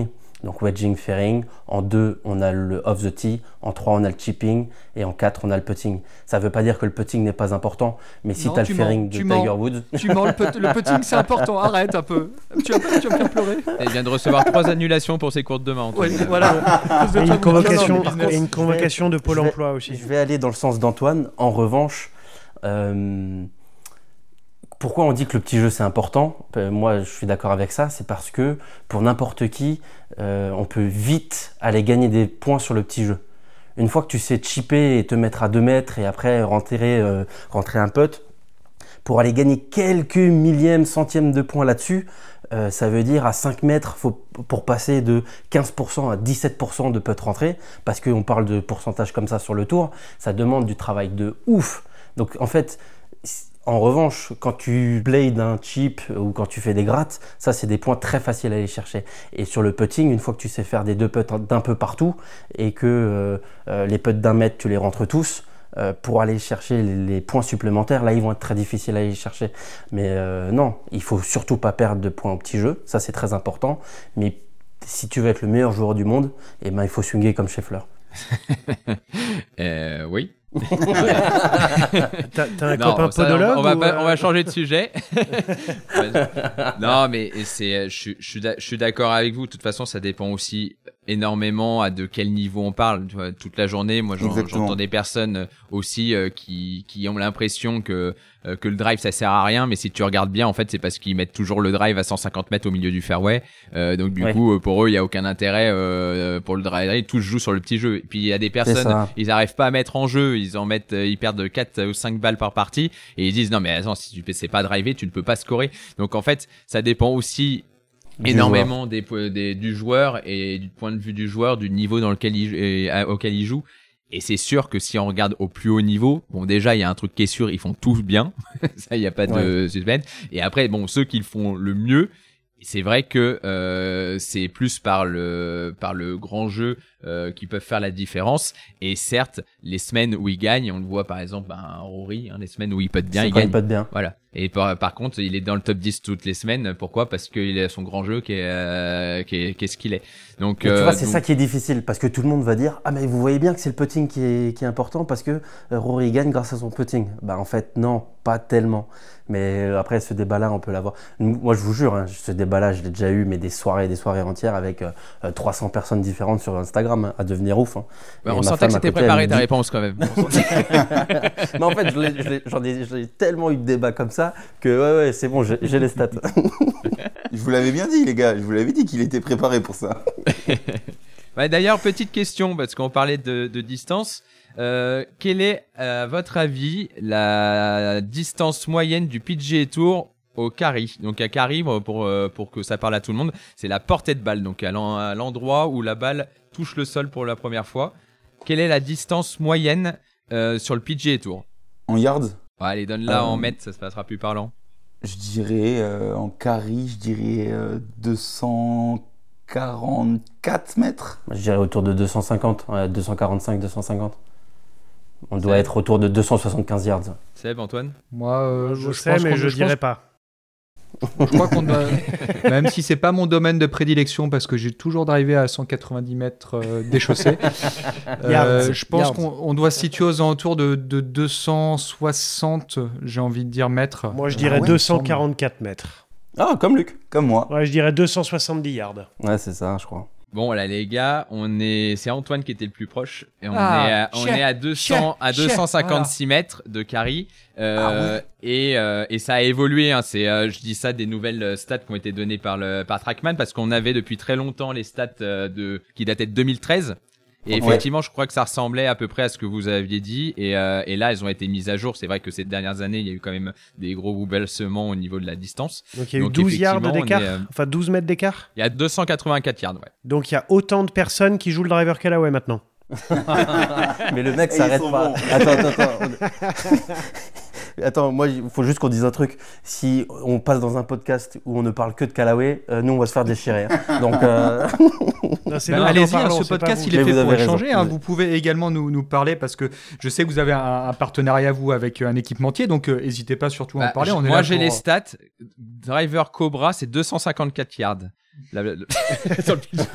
donc wedging, fairing. En deux, on a le off the tee. En trois, on a le chipping. Et en quatre, on a le putting. Ça ne veut pas dire que le putting n'est pas important, mais si tu as le fairing de Tiger Woods... Tu mens, le, put- le putting c'est important, arrête un peu. Tu vas, tu vas me faire pleurer. Il vient de recevoir trois annulations pour ses cours de demain. Ouais, voilà. Et une convocation, non, non, et une convocation de Pôle je vais, emploi aussi. Je vais aller dans le sens d'Antoine. En revanche, euh, pourquoi on dit que le petit jeu c'est important ? euh, Moi, je suis d'accord avec ça. C'est parce que pour n'importe qui, euh, on peut vite aller gagner des points sur le petit jeu. Une fois que tu sais chipper et te mettre à deux mètres et après rentrer, euh, rentrer un putt, pour aller gagner quelques millièmes, centièmes de points là-dessus, euh, ça veut dire à cinq mètres, faut, pour passer de quinze pour cent à dix-sept pour cent de putt rentré, parce qu'on parle de pourcentage comme ça sur le tour, ça demande du travail de ouf. Donc en fait, en revanche, quand tu blades un chip ou quand tu fais des grattes, ça c'est des points très faciles à aller chercher. Et sur le putting, une fois que tu sais faire des deux putts d'un peu partout et que euh, euh, les putts d'un mètre, tu les rentres tous, Euh, pour aller chercher les, les points supplémentaires, là ils vont être très difficiles à aller chercher. Mais euh, non, il faut surtout pas perdre de points au petit jeu, ça c'est très important. Mais si tu veux être le meilleur joueur du monde, eh ben, il faut swinguer comme Scheffler. euh, oui. T'as, t'as un Non, copain ça, podologue on, va ou, pas- euh, on va changer de sujet. Non, mais c'est, je, suis- je, suis d'a- je suis d'accord avec vous. De toute façon, ça dépend aussi énormément à de quel niveau on parle. Tu vois, toute la journée, moi, j'en- Exactement. j'entends des personnes aussi euh, qui, qui ont l'impression que euh, que le drive ça sert à rien, mais si tu regardes bien, en fait, c'est parce qu'ils mettent toujours le drive à cent cinquante mètres au milieu du fairway. Euh, donc du Ouais. coup, euh, pour eux, il y a aucun intérêt euh, pour le drive. Tout se joue sur le petit jeu. Et puis il y a des personnes, ça. ils arrivent pas à mettre en jeu. Ils en mettent, euh, ils perdent quatre ou cinq balles par partie et ils disent non mais attends, si tu sais pas driver, tu ne peux pas scorer. Donc en fait, ça dépend aussi Du énormément des, des, du joueur et du point de vue du joueur, du niveau dans lequel il, et, à- auquel il joue. Et c'est sûr que si on regarde au plus haut niveau, bon déjà il y a un truc qui est sûr, ils font tous bien, ça il y a pas de suspense. Et après bon ceux qui le font le mieux, c'est vrai que euh, c'est plus par le par le grand jeu euh, qui peuvent faire la différence. Et certes, les semaines où il gagne, on le voit par exemple ben, Rory, hein, les semaines où il putt bien, C'est il quand gagne. il putt bien. Voilà. Et par, par contre, il est dans le top dix toutes les semaines. Pourquoi ? Parce qu'il a son grand jeu qui est, euh, qui est, qui est ce qu'il est. Donc, Mais tu euh, vois, c'est donc- ça qui est difficile, parce que tout le monde va dire « Ah mais vous voyez bien que c'est le putting qui est, qui est important parce que euh, Rory gagne grâce à son putting. » Bah en fait, non, pas tellement. Mais euh, après, ce débat-là, on peut l'avoir. Moi, je vous jure, hein, ce débat-là, je l'ai déjà eu, mais des soirées et des soirées entières avec euh, euh, trois cents personnes différentes sur Instagram, hein, à devenir ouf. Hein. Ouais, Et on ma sentait femme que à c'était côté, elle préparé me ta dit- réponse quand même. Mais en fait, je l'ai- je l'ai- j'en ai, j'ai tellement eu de débats comme ça que ouais, ouais, c'est bon, j'ai j'ai les stats. Je vous l'avais bien dit, les gars. Je vous l'avais dit qu'il était préparé pour ça. Ouais, d'ailleurs, petite question, parce qu'on parlait de, de distance. Euh, quelle est, à votre avis, la distance moyenne du P G A Tour au carry? Donc à carry, pour, euh, pour que ça parle à tout le monde, c'est la portée de balle, donc à l'en- à l'endroit où la balle touche le sol pour la première fois. Quelle est la distance moyenne euh, sur le P G A Tour? En yards, Ouais, allez, donne-la Euh, en mètres, ça se passera plus parlant. je dirais euh, en carry, je dirais euh, deux cent quarante-quatre mètres. Je dirais autour de deux cent cinquante, ouais, deux cent quarante-cinq, deux cent cinquante. On doit C'est- être autour de deux cent soixante-quinze yards. Seb, Antoine? Moi, euh, Je, je sais, pense mais qu'on- je je dirais pense- pas. Je crois qu'on doit, même si c'est pas mon domaine de prédilection parce que j'ai toujours drivé à cent quatre-vingt-dix mètres euh, d'échaussée, euh, Yards, je pense yards. qu'on on doit se situer aux alentours de, de deux cent soixante, j'ai envie de dire mètres. Moi, je Euh, dirais ouais, deux il me cent semble. quarante-quatre mètres. Ah, comme Luc, comme moi. Ouais, je dirais deux cent soixante-dix yards. Ouais, c'est ça, je crois. Bon, là, les gars, on est, c'est Antoine qui était le plus proche. Et on Ah, est à, on chien, est à deux cents, à chien, deux cent cinquante-six mètres de carry. Euh, et, euh, et ça a évolué, hein. C'est, euh, je dis ça des nouvelles euh, stats qui ont été données par le, par Trackman parce qu'on avait depuis très longtemps les stats euh, de, qui dataient de deux mille treize. Et Ouais. effectivement, je crois que ça ressemblait à peu près à ce que vous aviez dit. Et, euh, et là, elles ont été mises à jour. C'est vrai que ces dernières années, il y a eu quand même des gros bouleversements au niveau de la distance. Donc il y a eu Donc, douze yards effectivement, on d'écart, est, euh, enfin douze mètres d'écart. Il y a deux cent quatre-vingt-quatre yards, ouais. Donc il y a autant de personnes qui jouent le driver Callaway maintenant. Mais le mec Et ils s'arrête sont pas. bons. Attends, attends, attends. Attends, moi, il faut juste qu'on dise un truc. Si on passe dans un podcast où on ne parle que de Callaway, euh, nous, on va se faire déchirer. Hein. Donc, euh... non, c'est Ben, nous, allez-y, en parlons, hein, ce c'est pas podcast, vous. il est Mais fait vous pour avez raison. échanger. Hein. Vous- Vous pouvez également nous, nous parler parce que je sais que vous avez un, un partenariat, vous, avec un équipementier. Donc, euh, n'hésitez pas surtout à en Bah, parler. je- On est moi, là j'ai pour- les stats. Driver Cobra, c'est deux cent cinquante-quatre yards. La- la- la- sur le pitch.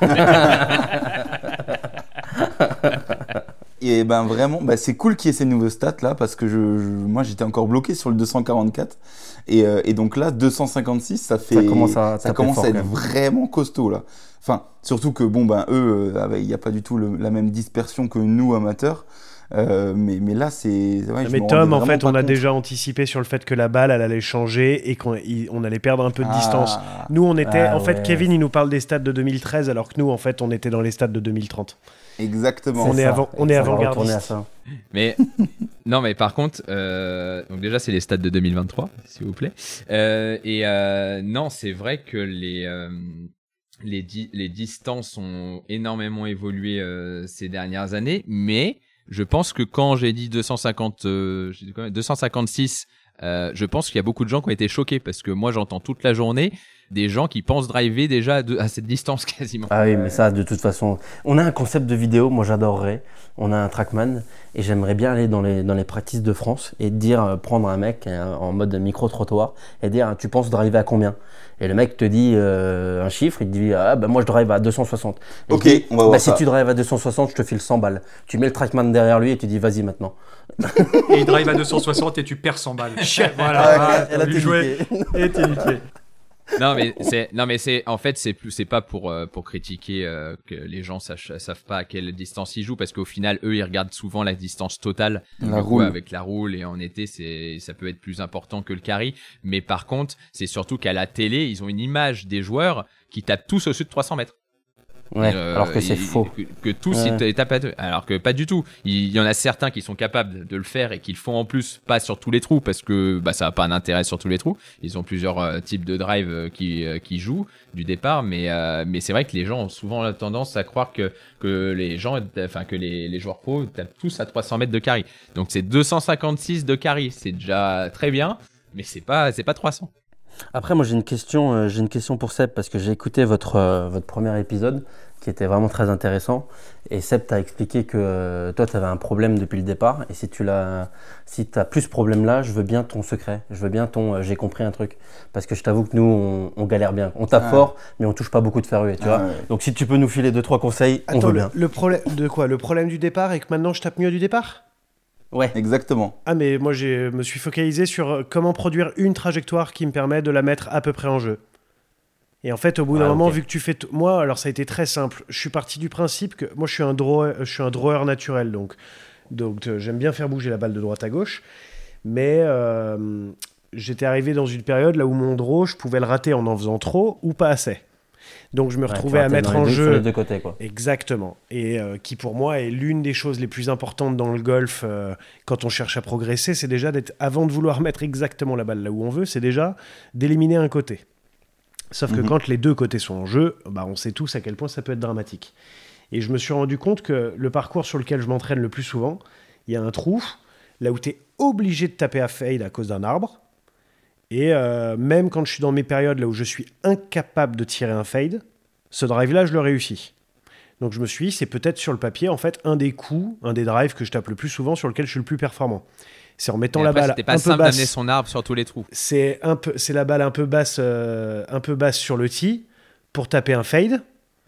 Et ben vraiment, bah, c'est cool qu'il y ait ces nouveaux stats là parce que je, je- moi j'étais encore bloqué sur le deux cent quarante-quatre et, euh, et donc là deux cent cinquante-six ça fait Ça commence à ça taper commence fort, à être quand même. vraiment costaud là. Enfin surtout que bon ben eux euh, avec- il n'y a pas du tout le- la même dispersion que nous amateurs. Euh, mais, mais là c'est ouais, je Mais me Tom, rendais en vraiment fait, on pas a compte. déjà anticipé sur le fait que la balle, elle allait changer et qu'on il- on allait perdre un peu de Ah. distance. Nous, on était, Ah en fait, ouais. Kevin, il nous parle des stats de deux mille treize, alors que nous, en fait, on était dans les stats de deux mille trente. Exactement. On est ça. avant- on est Ça va avant-gardiste. retourner à ça. Mais non, mais par contre, euh, donc déjà c'est les stats de deux mille vingt-trois, s'il vous plaît. Euh, et euh, non, c'est vrai que les euh, les di- les distances ont énormément évolué euh, ces dernières années, mais je pense que quand j'ai dit deux cent cinquante, euh, j'ai dit quoi, deux cent cinquante-six, euh, je pense qu'il y a beaucoup de gens qui ont été choqués parce que moi j'entends toute la journée des gens qui pensent driver déjà à, de- à cette distance quasiment. Ah oui, mais ça, de toute façon, on a un concept de vidéo, moi j'adorerais. On a un trackman et j'aimerais bien aller dans les, dans les practices de France et dire, euh, prendre un mec euh, en mode micro-trottoir et dire, tu penses driver à combien? Et le mec te dit euh, un chiffre, il te dit, ah bah moi je drive à deux cent soixante. Et Ok, il dit, on va voir bah, si ça. tu drives à deux cent soixante, je te file cent balles. Tu mets le trackman derrière lui et tu dis, vas-y maintenant. Et il drive à deux cent soixante et tu perds cent balles. Chef, voilà. Ouais, Ah, elle a bien été joué. niquée. Et t'es niqué. Non mais c'est non mais c'est en fait c'est plus c'est pas pour euh, pour critiquer euh, que les gens sachent, savent pas à quelle distance ils jouent parce qu'au final eux ils regardent souvent la distance totale La Du coup, roule. avec la roule et en été c'est ça peut être plus important que le carry mais par contre c'est surtout qu'à la télé ils ont une image des joueurs qui tapent tous au-dessus de trois cents mètres. Ouais, Euh, alors que c'est il- faux. Que, que tous Ouais. ils t- tapent à deux. Alors que pas du tout. Il y en a certains qui sont capables de le faire et qui le font en plus, pas sur tous les trous parce que bah, ça n'a pas un intérêt sur tous les trous. Ils ont plusieurs euh, types de drive euh, qui, euh, qui jouent du départ, mais, euh, mais c'est vrai que les gens ont souvent la tendance à croire que, que les gens, enfin que les, les joueurs pros tapent tous à trois cents mètres de carry. Donc c'est deux cent cinquante-six de carry, c'est déjà très bien, mais c'est pas, c'est pas trois cents. Après, moi j'ai une question, euh, j'ai une question pour Seb parce que j'ai écouté votre, euh, votre premier épisode qui était vraiment très intéressant et Seb t'a expliqué que euh, toi tu avais un problème depuis le départ et si tu l'as, si t'as plus ce problème là, je veux bien ton secret, je veux bien ton euh, j'ai compris un truc parce que je t'avoue que nous on, on galère bien, on tape Ah. fort mais on touche pas beaucoup de ferrue, tu Ah vois. ouais. Donc si tu peux nous filer deux trois conseils, on Attends, veut le, bien. le problème de quoi? Le problème du départ est que maintenant je tape mieux du départ? Ouais. Exactement. Ah, mais moi, je me suis focalisé sur euh, comment produire une trajectoire qui me permet de la mettre à peu près en jeu. Et en fait, au bout d'un Ah, moment, ok. vu que tu fais... t- Moi, alors ça a été très simple. Je suis parti du principe que... Moi, je suis un drawer, je suis un drawer naturel, donc, donc euh, j'aime bien faire bouger la balle de droite à gauche. Mais euh, j'étais arrivé dans une période là où mon draw, je pouvais le rater en en faisant trop ou pas assez. Donc, je me Ouais, tu retrouvais à ratais mettre dans les en deux- sur jeu... les deux côtés quoi. Exactement. Et euh, qui pour moi est l'une des choses les plus importantes dans le golf euh, quand on cherche à progresser, c'est déjà d'être, avant de vouloir mettre exactement la balle là où on veut, c'est déjà d'éliminer un côté. Sauf que Mhm. quand les deux côtés sont en jeu, bah, on sait tous à quel point ça peut être dramatique. Et je me suis rendu compte que le parcours sur lequel je m'entraîne le plus souvent, il y a un trou là où tu es obligé de taper à fade à cause d'un arbre. Et euh, même quand je suis dans mes périodes là où je suis incapable de tirer un fade, ce drive-là, je le réussis. Donc je me suis dit, c'est peut-être sur le papier, en fait, un des coups, un des drives que je tape le plus souvent, sur lequel je suis le plus performant. C'est en mettant Et la après, balle c'était pas un peu simple d'amener basse. son arbre sur tous les trous. C'est un peu, c'est la balle un peu basse, euh, un peu basse sur le tee pour taper un fade.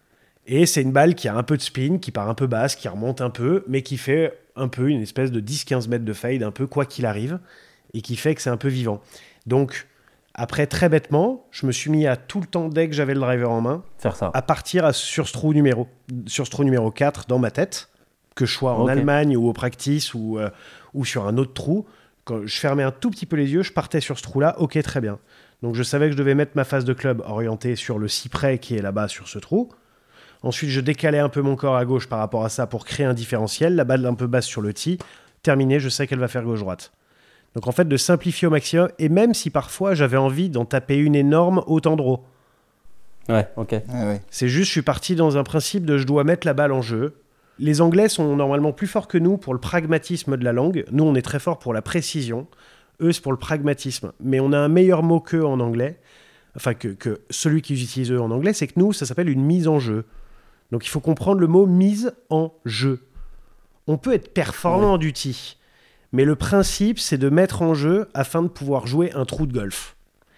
Et c'est une balle qui a un peu de spin, qui part un peu basse, qui remonte un peu, mais qui fait un peu une espèce de dix quinze mètres de fade, un peu quoi qu'il arrive, et qui fait que c'est un peu vivant. Donc, après, très bêtement, je me suis mis à tout le temps, dès que j'avais le driver en main, Faire ça. à partir à- sur ce trou numéro, sur ce trou numéro quatre dans ma tête, que je sois en Ok. Allemagne ou au practice ou, euh, ou sur un autre trou. Quand je fermais un tout petit peu les yeux, je partais sur ce trou-là, ok, très bien. Donc je savais que je devais mettre ma face de club orientée sur le cyprès qui est là-bas sur ce trou. Ensuite, je décalais un peu mon corps à gauche par rapport à ça pour créer un différentiel. La balle un peu basse sur le tee. Terminé, je sais qu'elle va faire gauche-droite. Donc en fait, de simplifier au maximum. Et même si parfois j'avais envie d'en taper une énorme au tendreau. Ouais, ok. Ouais, ouais. C'est juste, je suis parti dans un principe de je dois mettre la balle en jeu. Les Anglais sont normalement plus forts que nous pour le pragmatisme de la langue. Nous, on est très forts pour la précision. eux, c'est pour le pragmatisme. Mais on a un meilleur mot qu'eux en anglais, enfin que, que celui qu'ils utilisent eux en anglais, c'est que nous, ça s'appelle une mise en jeu. Donc il faut comprendre le mot mise en jeu. On peut être performant ouais. du tee, mais le principe, c'est de mettre en jeu afin de pouvoir jouer un trou de golf.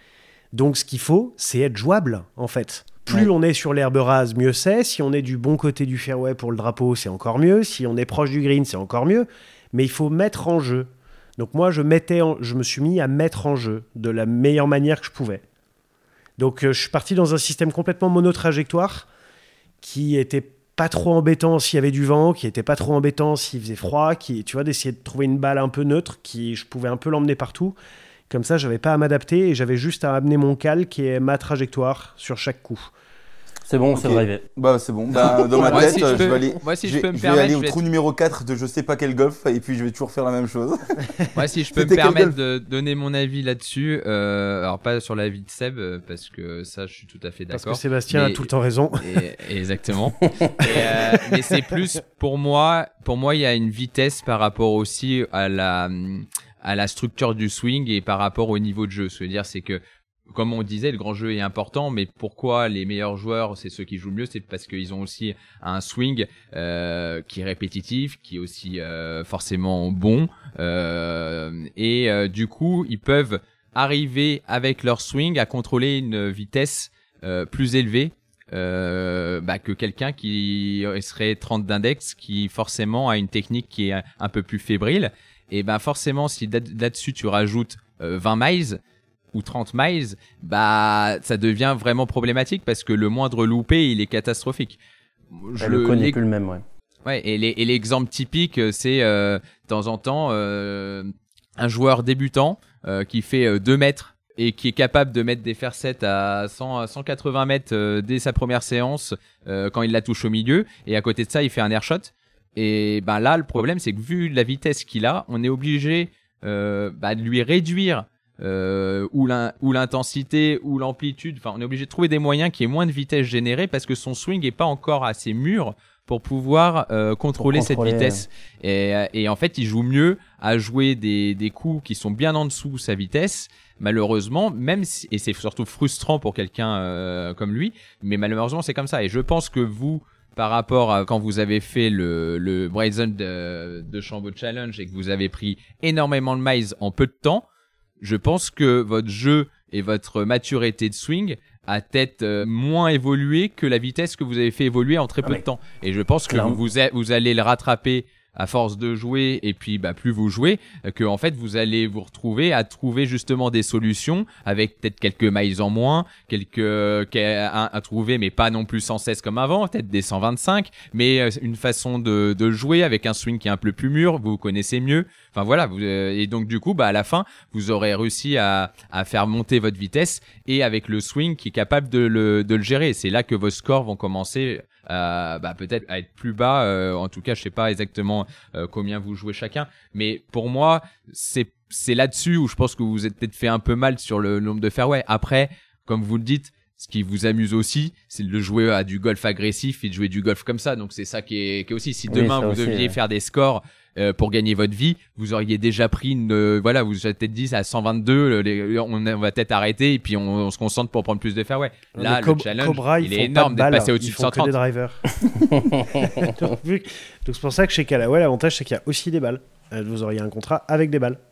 Donc ce qu'il faut, c'est être jouable, en fait. Plus ouais. on est sur l'herbe rase, mieux c'est. Si on est du bon côté du fairway pour le drapeau, c'est encore mieux. Si on est proche du green, c'est encore mieux. Mais il faut mettre en jeu. Donc moi, je, mettais en... je me suis mis à mettre en jeu de la meilleure manière que je pouvais. Donc euh, je suis parti dans un système complètement monotrajectoire qui était pas trop embêtant s'il y avait du vent, qui était pas trop embêtant s'il faisait froid, qui, tu vois, d'essayer de trouver une balle un peu neutre, qui je pouvais un peu l'emmener partout. Comme ça, j'avais pas à m'adapter et j'avais juste à amener mon cal, qui est ma trajectoire sur chaque coup. C'est bon, okay. c'est drivé. Bah c'est bon. Bah, dans ma moi, tête, si je, je peux, vais aller. Moi, si je je vais, peux me je permettre, vais aller au vais trou être... numéro quatre de je sais pas quel golf et puis je vais toujours faire la même chose. Moi, si je peux me permettre de donner mon avis là-dessus, euh, alors pas sur l'avis de Seb parce que ça, je suis tout à fait d'accord. Parce que Sébastien mais... a tout le temps raison. Et, exactement. et, euh, mais c'est plus pour moi. Pour moi, il y a une vitesse par rapport aussi à la à la structure du swing et par rapport au niveau de jeu. Ce que je veux dire, c'est que comme on disait, le grand jeu est important, mais pourquoi les meilleurs joueurs, c'est ceux qui jouent mieux, c'est parce qu'ils ont aussi un swing euh, qui est répétitif, qui est aussi euh, forcément bon, euh, et euh, du coup, ils peuvent arriver avec leur swing à contrôler une vitesse euh, plus élevée euh, bah, que quelqu'un qui serait trente d'index, qui forcément a une technique qui est un peu plus fébrile. Et ben forcément, si là-dessus tu rajoutes euh, vingt miles ou trente miles, bah ça devient vraiment problématique parce que le moindre loupé, il est catastrophique. Je le connais plus le même, ouais. Ouais, et, les, et l'exemple typique, c'est euh, de temps en temps euh, un joueur débutant euh, qui fait euh, deux mètres et qui est capable de mettre des fair sets à cent à cent quatre-vingts mètres euh, dès sa première séance euh, quand il la touche au milieu, et à côté de ça, il fait un air shot. Et ben là, le problème, c'est que vu la vitesse qu'il a, on est obligé euh, bah, de lui réduire Euh, ou, l'in- ou l'intensité ou l'amplitude, enfin on est obligé de trouver des moyens qui aient moins de vitesse générée parce que son swing est pas encore assez mûr pour pouvoir euh, contrôler, pour contrôler cette vitesse et, et en fait il joue mieux à jouer des, des coups qui sont bien en dessous sa vitesse malheureusement, même si, et c'est surtout frustrant pour quelqu'un euh, comme lui, mais malheureusement c'est comme ça. Et je pense que vous, par rapport à quand vous avez fait le, le Brazen de, de Chambaud Challenge et que vous avez pris énormément de miles en peu de temps, je pense que votre jeu et votre maturité de swing a peut-être euh, moins évolué que la vitesse que vous avez fait évoluer en très peu ah de temps. Et je pense que vous, vous, a, vous allez le rattraper à force de jouer, et puis bah, plus vous jouez, que en fait vous allez vous retrouver à trouver justement des solutions avec peut-être quelques miles en moins, quelques à, à trouver, mais pas non plus cent seize comme avant, peut-être des cent vingt-cinq, mais une façon de, de jouer avec un swing qui est un peu plus mûr, vous connaissez mieux. Enfin voilà, vous, et donc du coup, bah à la fin, vous aurez réussi à, à faire monter votre vitesse et avec le swing qui est capable de le, de le gérer. C'est là que vos scores vont commencer à bah, peut-être à être plus bas. Euh, en tout cas, je sais pas exactement euh, combien vous jouez chacun, mais pour moi, c'est c'est là-dessus où je pense que vous vous êtes peut-être fait un peu mal sur le nombre de fairway. Après, comme vous le dites, ce qui vous amuse aussi, c'est de jouer à du golf agressif et de jouer du golf comme ça. Donc c'est ça qui est, qui est aussi. Si demain oui, vous aussi, deviez ouais. faire des scores euh, pour gagner votre vie, vous auriez déjà pris une, euh, voilà, vous vous êtes peut-être dit à cent vingt-deux, les, on, on va peut-être arrêter et puis on, on se concentre pour prendre plus de fairway. Là, le Cob- challenge, Cobra, il est énorme d'être passé au-dessus de cent trente. Ils font que des drivers. donc, vu, donc c'est pour ça que chez Callaway, l'avantage c'est qu'il y a aussi des balles. Vous auriez un contrat avec des balles.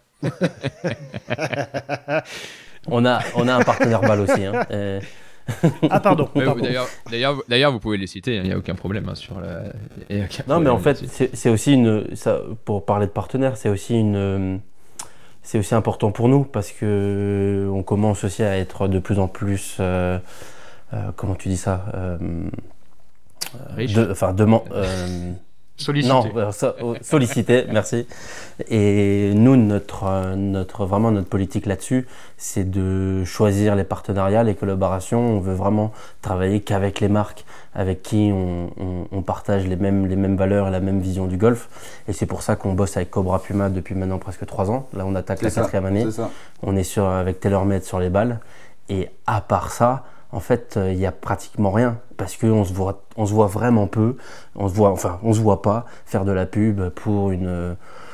on a, on a un partenaire balle aussi. Hein. Euh... Ah pardon. Ouais, pardon. D'ailleurs, d'ailleurs, d'ailleurs, vous pouvez les citer. Il n'y a aucun problème hein, sur la. Non, mais en fait, c'est, c'est aussi une. Ça, pour parler de partenaire, c'est aussi une. C'est aussi important pour nous parce que on commence aussi à être de plus en plus. Euh, euh, comment tu dis ça euh, Riche. de, Enfin, demand. Euh, Sollicité. Non, euh, so, sollicité, merci. Et nous, notre, notre, vraiment notre politique là-dessus, c'est de choisir les partenariats, les collaborations. On veut vraiment travailler qu'avec les marques avec qui on, on, on partage les mêmes, les mêmes valeurs et la même vision du golf. Et c'est pour ça qu'on bosse avec Cobra Puma depuis maintenant presque trois ans. Là, on attaque c'est la ça, quatrième année. C'est ça. On est sur, avec TaylorMade sur les balles. Et à part ça, en fait, il n'y a pratiquement rien parce qu'on se voit, on se voit vraiment peu. On se voit, enfin, on se voit pas faire de la pub pour une,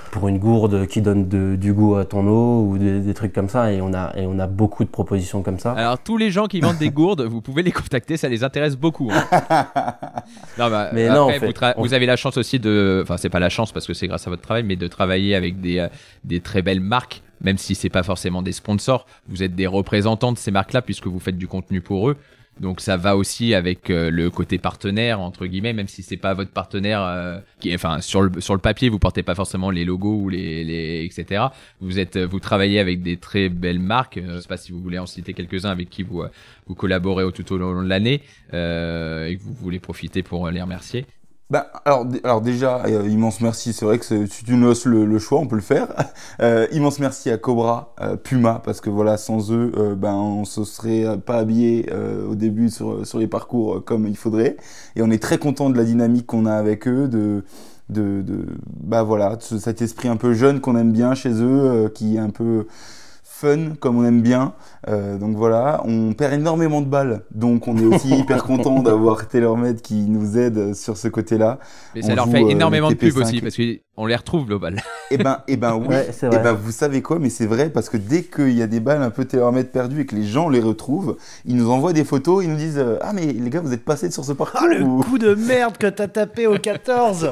pour une gourde qui donne de, du goût à ton eau ou des, des trucs comme ça. Et on, a, et on a beaucoup de propositions comme ça. Alors, tous les gens qui vendent des gourdes, vous pouvez les contacter, ça les intéresse beaucoup. Hein. non, bah, mais après, non, vous, fait, tra- on... vous avez la chance aussi de. Enfin, c'est pas la chance parce que c'est grâce à votre travail, mais de travailler avec des, euh, des très belles marques, même si c'est pas forcément des sponsors. Vous êtes des représentants de ces marques-là puisque vous faites du contenu pour eux. Donc ça va aussi avec euh, le côté partenaire entre guillemets, même si c'est pas votre partenaire euh, qui, enfin sur le sur le papier vous portez pas forcément les logos ou les les et cetera. Vous êtes vous travaillez avec des très belles marques. Euh, je sais pas si vous voulez en citer quelques-uns avec qui vous euh, vous collaborez au, tout au long de l'année euh, et que vous voulez profiter pour les remercier. Ben, alors, alors déjà, euh, immense merci, c'est vrai que c'est, si tu nous laisses le, le choix, on peut le faire. Euh, immense merci à Cobra, euh, Puma, parce que voilà, sans eux, euh, ben, on se serait pas habillé euh, au début sur, sur les parcours euh, comme il faudrait. Et on est très content de la dynamique qu'on a avec eux, de, de, de bah voilà, de cet esprit un peu jeune qu'on aime bien chez eux, euh, qui est un peu fun comme on aime bien, euh, donc voilà, on perd énormément de balles, donc on est aussi hyper content d'avoir TaylorMade qui nous aide sur ce côté-là. Mais ça on leur joue, fait euh, énormément de T P pub cinq. aussi parce qu'on les retrouve nos balles. Et ben, et ben oui, ouais, c'est et vrai. ben vous savez quoi, mais c'est vrai parce que dès qu'il y a des balles un peu TaylorMade perdues et que les gens les retrouvent, ils nous envoient des photos, ils nous disent euh, ah mais les gars vous êtes passés sur ce parcours. Ah le ou... coup de merde que t'as tapé au quatorze.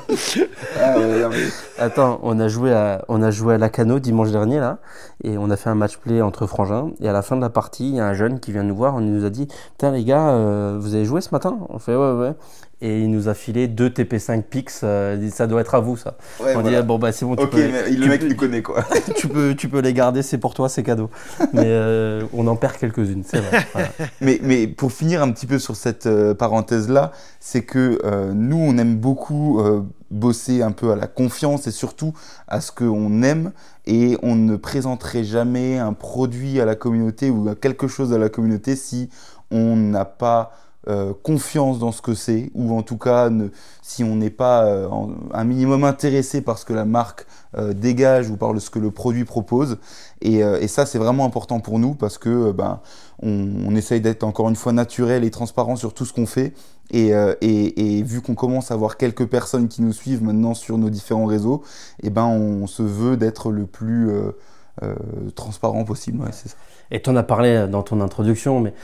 Ah ouais, non, mais... Attends, on a joué à on a joué à Lacano dimanche dernier là, et on a fait un match play entre frangins. Et à la fin de la partie, il y a un jeune qui vient nous voir, on nous a dit putain les gars, euh, vous avez joué ce matin? On fait ouais ouais. Et il nous a filé deux T P cinq Pix, euh, il dit, ça doit être à vous ça. Ouais, on voilà. dit ah, bon bah c'est bon. Tu ok, peux, mais tu le mec peux, nous connaît quoi. tu peux tu peux les garder, c'est pour toi, c'est cadeau. Mais euh, on en perd quelques-unes, c'est vrai. Voilà. mais, mais pour finir un petit peu sur cette euh, parenthèse-là, c'est que euh, nous, on aime beaucoup euh, bosser un peu à la confiance et surtout à ce qu'on aime, et on ne présenterait jamais un produit à la communauté ou quelque chose à la communauté si on n'a pas euh, confiance dans ce que c'est, ou en tout cas ne, si on n'est pas euh, en, un minimum intéressé par ce que la marque euh, dégage ou par ce que le produit propose. Et, euh, et ça, c'est vraiment important pour nous parce que euh, ben, on, on essaye d'être encore une fois naturel et transparent sur tout ce qu'on fait. Et, euh, et, et vu qu'on commence à avoir quelques personnes qui nous suivent maintenant sur nos différents réseaux, et ben on, on se veut d'être le plus euh, euh, transparent possible. Ouais, c'est ça. Et tu en as parlé dans ton introduction, mais